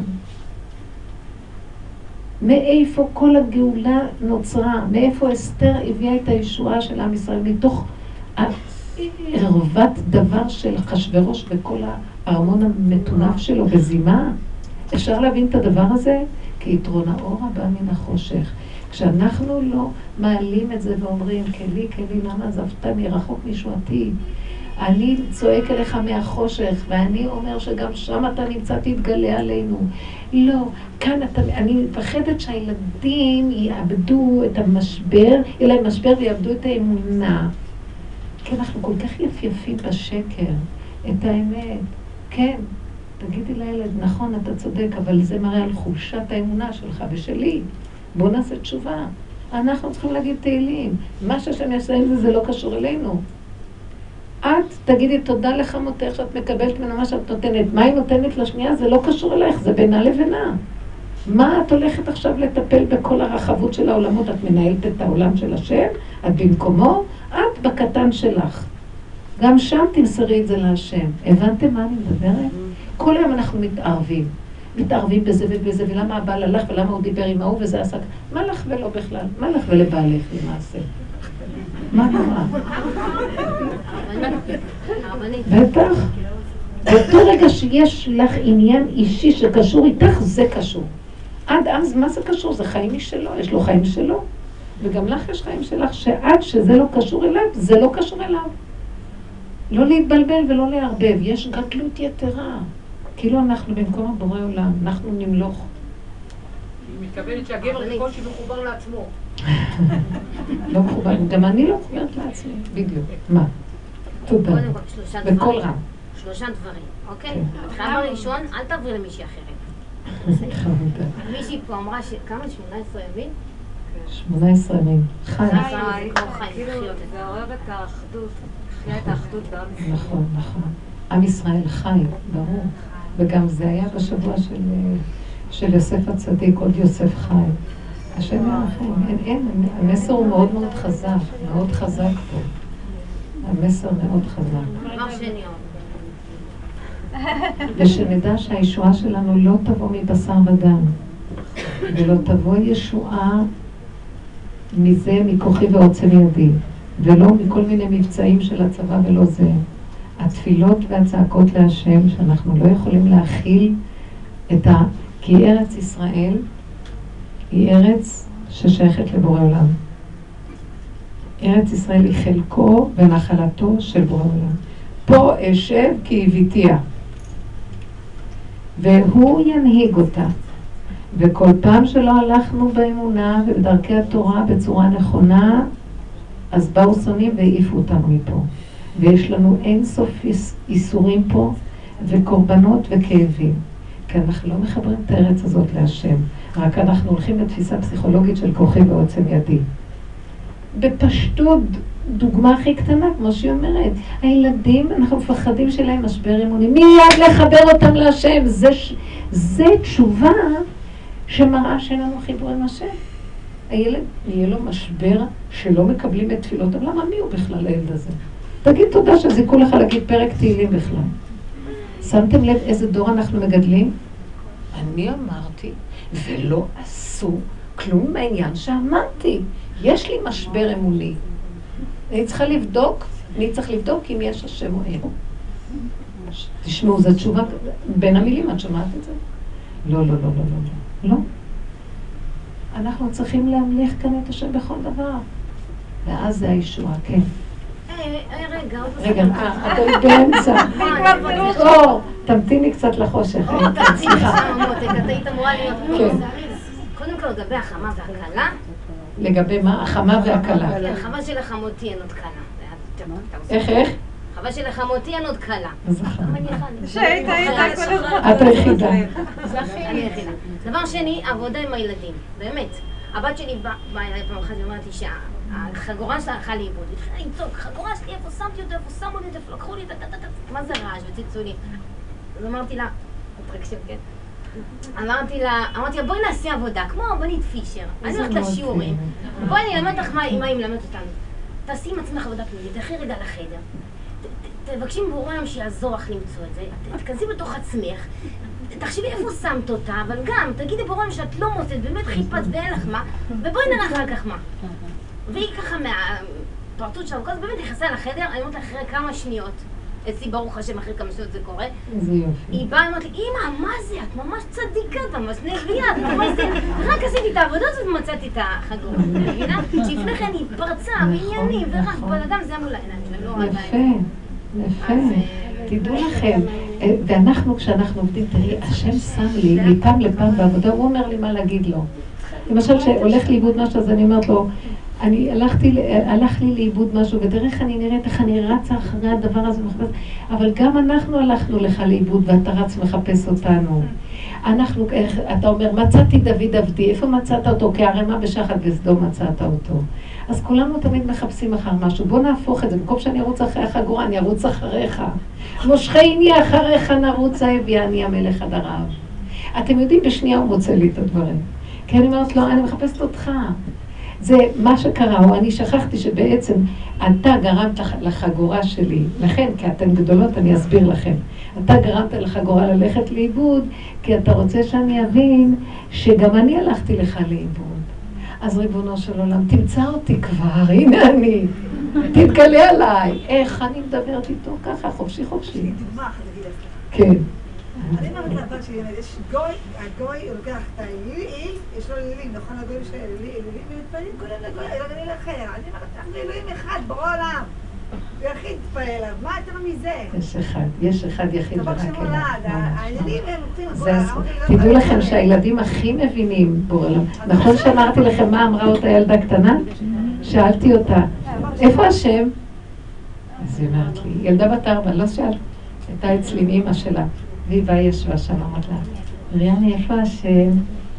מאיפה כל הגאולה נוצרה, מאיפה אסתר הביאה את הישועה של עם ישראל, מתוך ערוות דבר של אחשוורוש וכל הארמון המטונף שלו בזימה. אפשר להבין את הדבר הזה? כי יתרון האור הבא מן החושך. כשאנחנו לא מעלים את זה ואומרים, כלי, למה עזבתני רחוק משועתי? אני צועק אליך מהחושך, ואני אומר שגם שם אתה נמצא, תתגלה עלינו. לא, כאן אני מפחדת שהילדים יאבדו את המשבר, יהיה להם משבר ויאבדו את האמונה. כי אנחנו כל כך יפים בשקר, את האמת. כן, תגידי לילד, נכון, אתה צודק, אבל זה מראה על חולשת האמונה שלך ושלי. בוא נעשה תשובה. אנחנו צריכים להגיד תהילים. מה שהשם יעשה עם זה לא קשור אלינו. את תגידי תודה לחמותך שאת מקבלת ממנה מה שאת נותנת. מה היא נותנת לשנייה? זה לא קשור אלייך, זה בינה לבינה. מה את הולכת עכשיו לטפל בכל הרחבות של העולמות? את מנהלת את העולם של השם, את במקומו, את בקטן שלך. גם שם תמסרי את זה להשם. הבנתם מה אני מדברת? כל היום אנחנו מתערבים בזה ובזה, ולמה הבעל הלך ולמה הוא דיבר עם ההוא וזה עסק. מה לך ולא בכלל? מה לך ולבעלך למעשה? מה נורא? בטח. באותו רגע שיש לך עניין אישי שקשור איתך, זה קשור. עד אז מה זה קשור? זה חיים משלו, יש לו חיים שלו. וגם לך יש חיים שלך, שעד שזה לא קשור אליו, זה לא קשור אליו. לא להתבלבל ולא להרבב, יש גדלות יתרה. כאילו אנחנו במקום הבורא עולם, אנחנו נמלוך. היא מתכוונת שהגבר בקושי מחובר לעצמו. לא מחובר, גם אני לא מחוברת לעצמי, בדיוק. מה? תודה. בכל רם. שלושה דברים, אוקיי? הדבר הראשון, אל תעברי למישהי אחרת. מישהי פה אמרה כמה? 18 ימים? 18 ימים. חי. זה עורר את האחדות, חיה את האחדות בעם ישראל. נכון. עם ישראל חי, ברור. וגם זה היה בשבוע של יוסף הצדיק, עוד יוסף חי. השם ירחם, אין, המסר הוא מאוד מאוד חזק, מאוד חזק פה. המסר מאוד חזק. דבר שני. ושנדע שהישועה שלנו לא תבוא מבשר ודם, ולא תבוא ישועה מזה, מכוחי ועוצם ידי, ולא מכל מיני מבצעים של הצבא ולא זה. התפילות והצעקות להשם שאנחנו לא יכולים להכיל כי ארץ ישראל היא ארץ ששייכת לבורא עולם. ארץ ישראל היא חלקו ונחלתו של בורא עולם. פה אשב כי הביתיה. והוא ינהיג אותה. וכל פעם שלא הלכנו באמונה ובדרכי התורה בצורה נכונה, אז באו שונאים והעיפו אותנו מפה. ויש לנו אין סוף איסורים פה, וקורבנות וכאבים. כי אנחנו לא מחברים את הארץ הזאת להשם. רק אנחנו הולכים לתפיסה פסיכולוגית של כוחי ועוצם ידי. בפשטות, דוגמה הכי קטנה, כמו שהיא אומרת, הילדים, אנחנו מפחדים שלהם משבר אמוני. מיד לחבר אותם להשם. זה תשובה שמראה שאין לנו חיבור עם השם. הילד, יהיה לו משבר שלא מקבלים את תפילות. אבל למה מי הוא בכלל הילד הזה? תגיד תודה שזיקו לך להגיד פרק תהילים בכלל. שמתם לב איזה דור אנחנו מגדלים? אני אמרתי, ולא עשו כלום מהעניין שאמרתי. יש לי משבר אמוני. אני צריכה לבדוק, אם יש השם או אין. תשמעו, זו תשובה בין המילים, את שומעת את זה? לא. אנחנו צריכים להמליך כאן את השם בכל דבר. ואז זה הישועה, כן. רגע, אתה באמצע. תמתיני קצת לחושך. סליחה. את היית אמורה להיות קודם כל לגבי החמה והקלה. לגבי מה? החמה והקלה. כן, חמה של החמותי אין עוד קלה. איך? חמה של החמותי אין עוד קלה. שהיית כל הזמן. את היחידה. אני היחידה. דבר שני, עבודה עם הילדים. באמת. הבת שלי באה אליי פעם אחת ואומרת לי החגורה שלה הלכה לאיבוד. התחילה לצעוק, חגורה שלי, איפה שמתי אותה, איפה שמו לי אותה, איפה לקחו לי את מה זה רעש וצלצולים? אז אמרתי לה, תקשיב, כן? אמרתי לה, בואי נעשה עבודה, כמו רבנית פישר. אני הולכת לשיעורים. בואי אני אלמד אותך מה היא מלמדת אותנו. תעשי עם עצמך עבודה פנימית, תלכי רגע לחדר. תבקשי מבורא עולם שיעזור לך למצוא את זה. תכנסי בתוך עצמך. תחשבי איפה שמת אותה, אבל גם תגידי בורא עולם שאת לא מוצאת, באמת חיפת ואין לך מה, ובואי נראה אחר כך מה. והיא ככה מהפרטות שם, אז באמת נכנסה לחדר, אני אומרת לה אחרי כמה שניות. אצלי ברוך השם אחרי כמה שניות זה קורה. זה יופי. היא באה ואומרת לי, אמא, מה זה? את ממש צדיקה, את ממש נביאה, את ממש זה. רק עשיתי את העבודה הזאת ומצאתי את החגורה. את מבינה? שלפני כן היא פרצה, ועניינים, ורק בן אדם זה מול העיניים. יפה. תדעו לכם, ואנחנו כשאנחנו עובדים, תראי, השם שם לי מפעם לפעם בעבודה, הוא אומר לי מה להגיד לו. למשל שהולך לאיבוד משהו, אז אני אומרת לו, הלך לי לאיבוד משהו, ודרך אני נראית איך אני רצה אחרי הדבר הזה מחפש, אבל גם אנחנו הלכנו לך לאיבוד ואתה רץ מחפש אותנו. אנחנו, אתה אומר, מצאתי דוד עבדי, איפה מצאת אותו? כערמה בשחת בסדום מצאת אותו. אז כולנו תמיד מחפשים אחר משהו, בוא נהפוך את זה, במקום שאני ארוץ אחרי החגורה, אני ארוץ אחריך. מושכני אחריך נרוץ האבי, אני המלך עד הרעב. אתם יודעים, בשנייה הוא מוצא לי את הדברים. כי אני אומרת לו, אני מחפשת אותך. זה מה שקרה, או אני שכחתי שבעצם אתה גרמת לחגורה שלי, לכן, כי אתן גדולות, אני אסביר לכם. אתה גרמת לחגורה ללכת לאיבוד, כי אתה רוצה שאני אבין שגם אני הלכתי לך לאיבוד. אז ריבונו של עולם, תמצא אותי כבר, הנה אני, תתגלה עליי. איך אני מדברת איתו ככה, חופשי. דוגמה אחת להגיד לך. כן. אני אומרת לבת שלי, יש הגוי, הוא לוקח את האליל, יש לו אלילים, נכון? הגויים של אלילים, ומתפעלים כולם לאליל אחר. אני אומרת, אנחנו אלוהים אחד בעולם. הוא יחיד תפעל אליו, מה יותר מזה? יש אחד יחיד ורק אליו. האלילים הם לוקחים... תדעו לכם שהילדים הכי מבינים בעולם. נכון שאמרתי לכם מה אמרה אותה ילדה קטנה? שאלתי אותה, איפה השם? אז היא אמרת לי, ילדה בת 4, לא שאלת. הייתה אצלי מאמא שלה. והיא באה ישבה שם, אמרת לה, ריאני, איפה השם?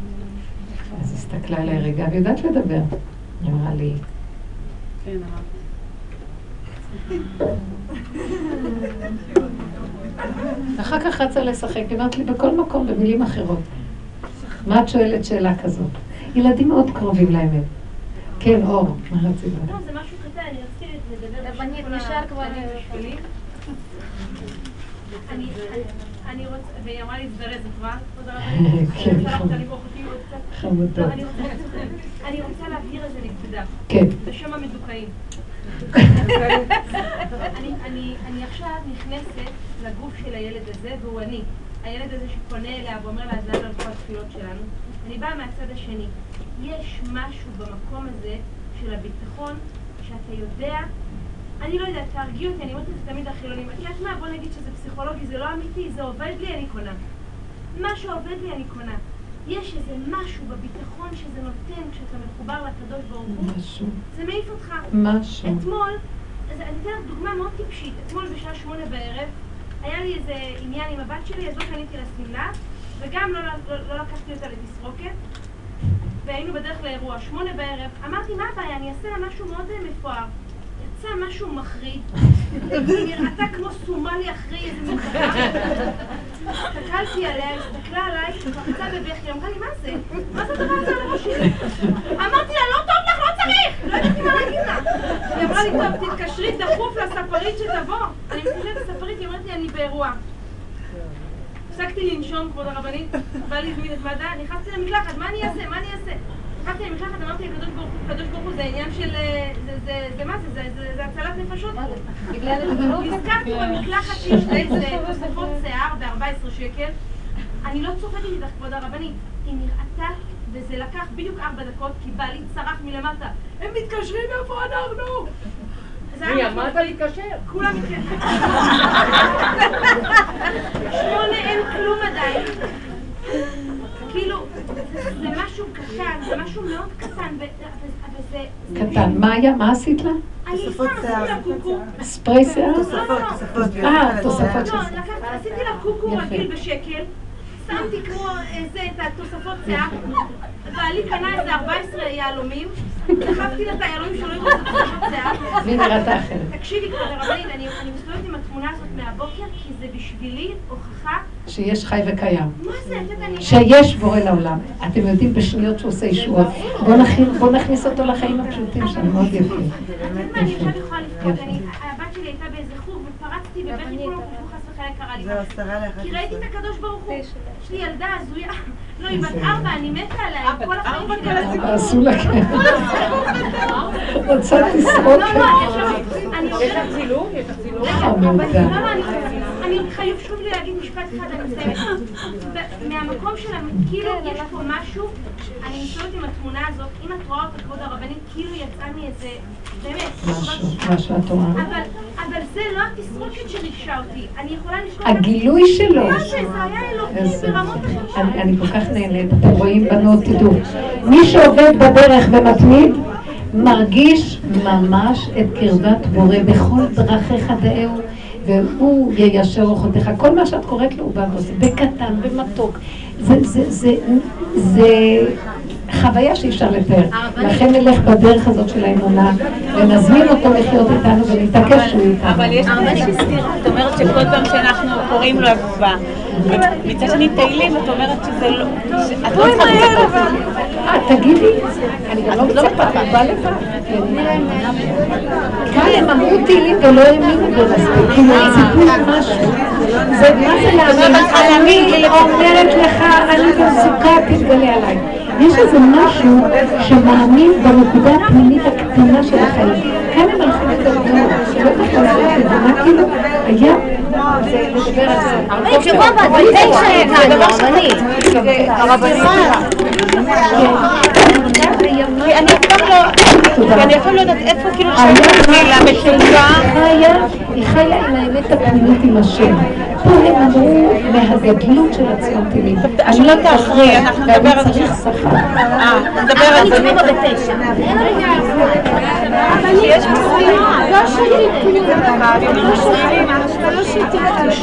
אז הסתכלה עליי רגע, ויודעת לדבר. היא אמרה לי, כן, אחר כך רצה לשחק, אמרת לי בכל מקום, במילים אחרות. מה את שואלת שאלה כזאת? ילדים מאוד קרובים לאמת. כן, אור, מה רצית? לא, זה משהו קטן, אני רציתי לדבר רבנית, נשאר כבר שלי. אני רוצה, והיא אמרה לי, תזרז כבר, תודה רבה, חמודות. אני רוצה להבהיר איזה נקודה. כן. בשם המדוכאים. אני עכשיו נכנסת לגוף של הילד הזה, והוא אני. הילד הזה שפונה אליה ואומר לה, אז לאן הלכו התפילות שלנו. אני באה מהצד השני. יש משהו במקום הזה של הביטחון, שאתה יודע, אני לא יודעת, תרגיע אותי, אני אומרת את זה תמיד לחילונים. את יודעת מה? בוא נגיד שזה פסיכולוגי, זה לא אמיתי, זה עובד לי, אני קונה. מה שעובד לי, אני קונה. יש איזה משהו בביטחון שזה נותן כשאתה מחובר לקדוש ברוך הוא. משהו. זה מעיף אותך. משהו. אתמול, אני אתן לך דוגמה מאוד טיפשית. אתמול בשעה 8 בערב, היה לי איזה עניין עם הבת שלי, אז לא קניתי לה סמלה, וגם לא לקחתי אותה לתסרוקת. והיינו בדרך לאירוע, 8 בערב. אמרתי, מה הבעיה? אני אעשה לה משהו מאוד מפואר. יצא משהו מחריד, היא נראתה כמו סומלי אחרי איזה מלחמה. הסתכלתי עליה, הסתכלה עליי, קפצה בבכי, אמרה לי, מה זה? מה זה הדבר הזה על הראש שלי? אמרתי לה, לא טוב לך, לא צריך! לא ידעתי מה להגיד לה. היא אמרה לי, טוב, תתקשרי דחוף לספרית שתבוא. אני מתקשרת לספרית, היא אמרת לי, אני באירוע. הפסקתי לנשום, כבוד הרבנית, בא לי הזמין את מדע, נכנסתי למקלחת, מה אני אעשה? נכנסתי למקלחת, אמרתי לקדוש ברוך הוא, זה העניין של... זה מה זה? זה הצלת נפשות. נזכרתי במקלחת שיש איזה תוספות שיער ב-14 שקל. אני לא צוחקת איתך, כבוד הרבנית. היא נראתה, וזה לקח בדיוק 4 דקות, כי בא לי צרח מלמטה. הם מתקשרים איפה אנחנו? מי אמרת להתקשר? כולם מתקשרים. 8 אין כלום עדיין. כאילו, זה משהו קטן, זה משהו מאוד קטן, אבל זה... קטן, מה היה? מה עשית לה? אני עשיתי לה קוקו. ספרי שיער? תוספות. תוספות. לא, עשיתי לה קוקו רגיל בשקל, שמתי כמו איזה, את התוספות שיער. בעלי קנה איזה 14 יהלומים, דחפתי לה את היהלומים שלא יראו את התוספות שיער. והיא נראתה אחרת. תקשיבי, כבוד הרבנית, אני מסתובבת עם התמונה הזאת מהבוקר, כי זה בשבילי הוכחה... שיש חי וקיים. מה זה? שיש בורא לעולם. אתם יודעים בשניות שהוא עושה ישועות. בואו נכניס אותו לחיים הפשוטים שלנו, מאוד יפה. אני עכשיו יכולה לפחות, הבת שלי הייתה באיזה חוג ופרצתי בבכי כולם חס וחלק קרה לי. כי ראיתי את הקדוש ברוך הוא. יש לי ילדה הזויה. לא, היא בת 4, אני מתה עליה. כל החיים שלי. עשו לה כן. רוצה תסרוק. יש לך צילום? יש לך צילום? אני חייב שוב לי להגיד משפט אחד, אני מסיימת. מהמקום שלנו, כאילו יש פה משהו, אני מסתובבת עם התמונה הזאת, אם את רואה אותה כבוד הרבנית, כאילו יצאה מאיזה, באמת. משהו את רואה. אבל זה לא התסרוקת שריגשה אותי, אני יכולה לשכוח... הגילוי שלו. מה זה היה אלוקי ברמות אחרות. אני כל כך נהנית, אתם רואים בנות, תדעו. מי שעובד בדרך ומתמיד, מרגיש ממש את קרבת בורא בכל דרכיך דאהו, והוא יישר אורחותיך. כל מה שאת קוראת לו הוא בא ועושה, בקטן, במתוק. זה חוויה שאי אפשר לתאר. לכן נלך בדרך הזאת של האמונה, ונזמין אותו לחיות איתנו ונתעקש שהוא איתנו. אבל יש איזושהי סתירה. את אומרת שכל פעם שאנחנו קוראים לו אהובה, מצד שני תהילים, את אומרת שזה לא... את לא צריכה לצפות. תגידי, אני גם לא מצפה, הוא בא לבד. כאן הם אמרו תהילים ולא האמינו במספיק, כאילו ציפו משהו. זה מה זה להאמין? אני אומרת לך, אני במצוקה, תתגלה עליי. יש איזה משהו שמאמין בנקודה הפנימית הקטנה של החיים. כאן הם הלכו לדבר, שלא תוכל לעשות את זה, מה כאילו היה? זה לדבר על זה. הרבנית, שבוע בת 9 יקן, הרבנית. הרבנית. אני אפילו לא יודעת איפה כאילו שמילה מצוקה. היא חיה עם האמת הפנימית עם השם. פה הם אמרו מהגדלות של עצמם תמיד. אני לא תאחרי, אנחנו נדבר על זה. צריך שכר. נדבר על זה. שבוע בת 9. אבל יש מסוימה, לא שלי. לא שלי.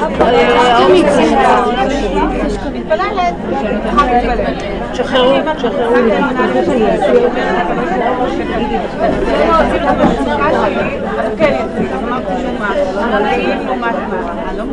מתפללת. שחררו. כן, אמרתי שמה. אמרתי לעומת מה. לא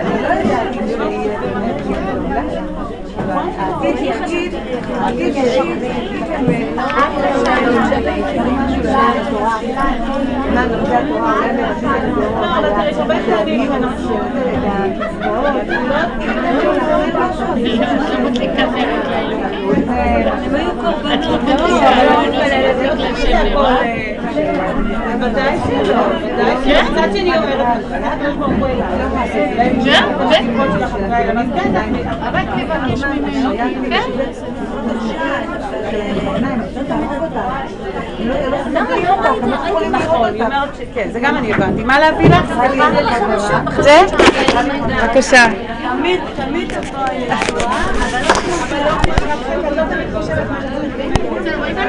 ודאי שלא, ודאי שלא. קצת שאני אומרת אבל תבקש ממנו. נכון, היא אומרת שכן, זה גם אני הבנתי. מה להביא לך? זה? בבקשה. תמיד תבוא הישועה, אבל לא תמיד חושבת מה שאתה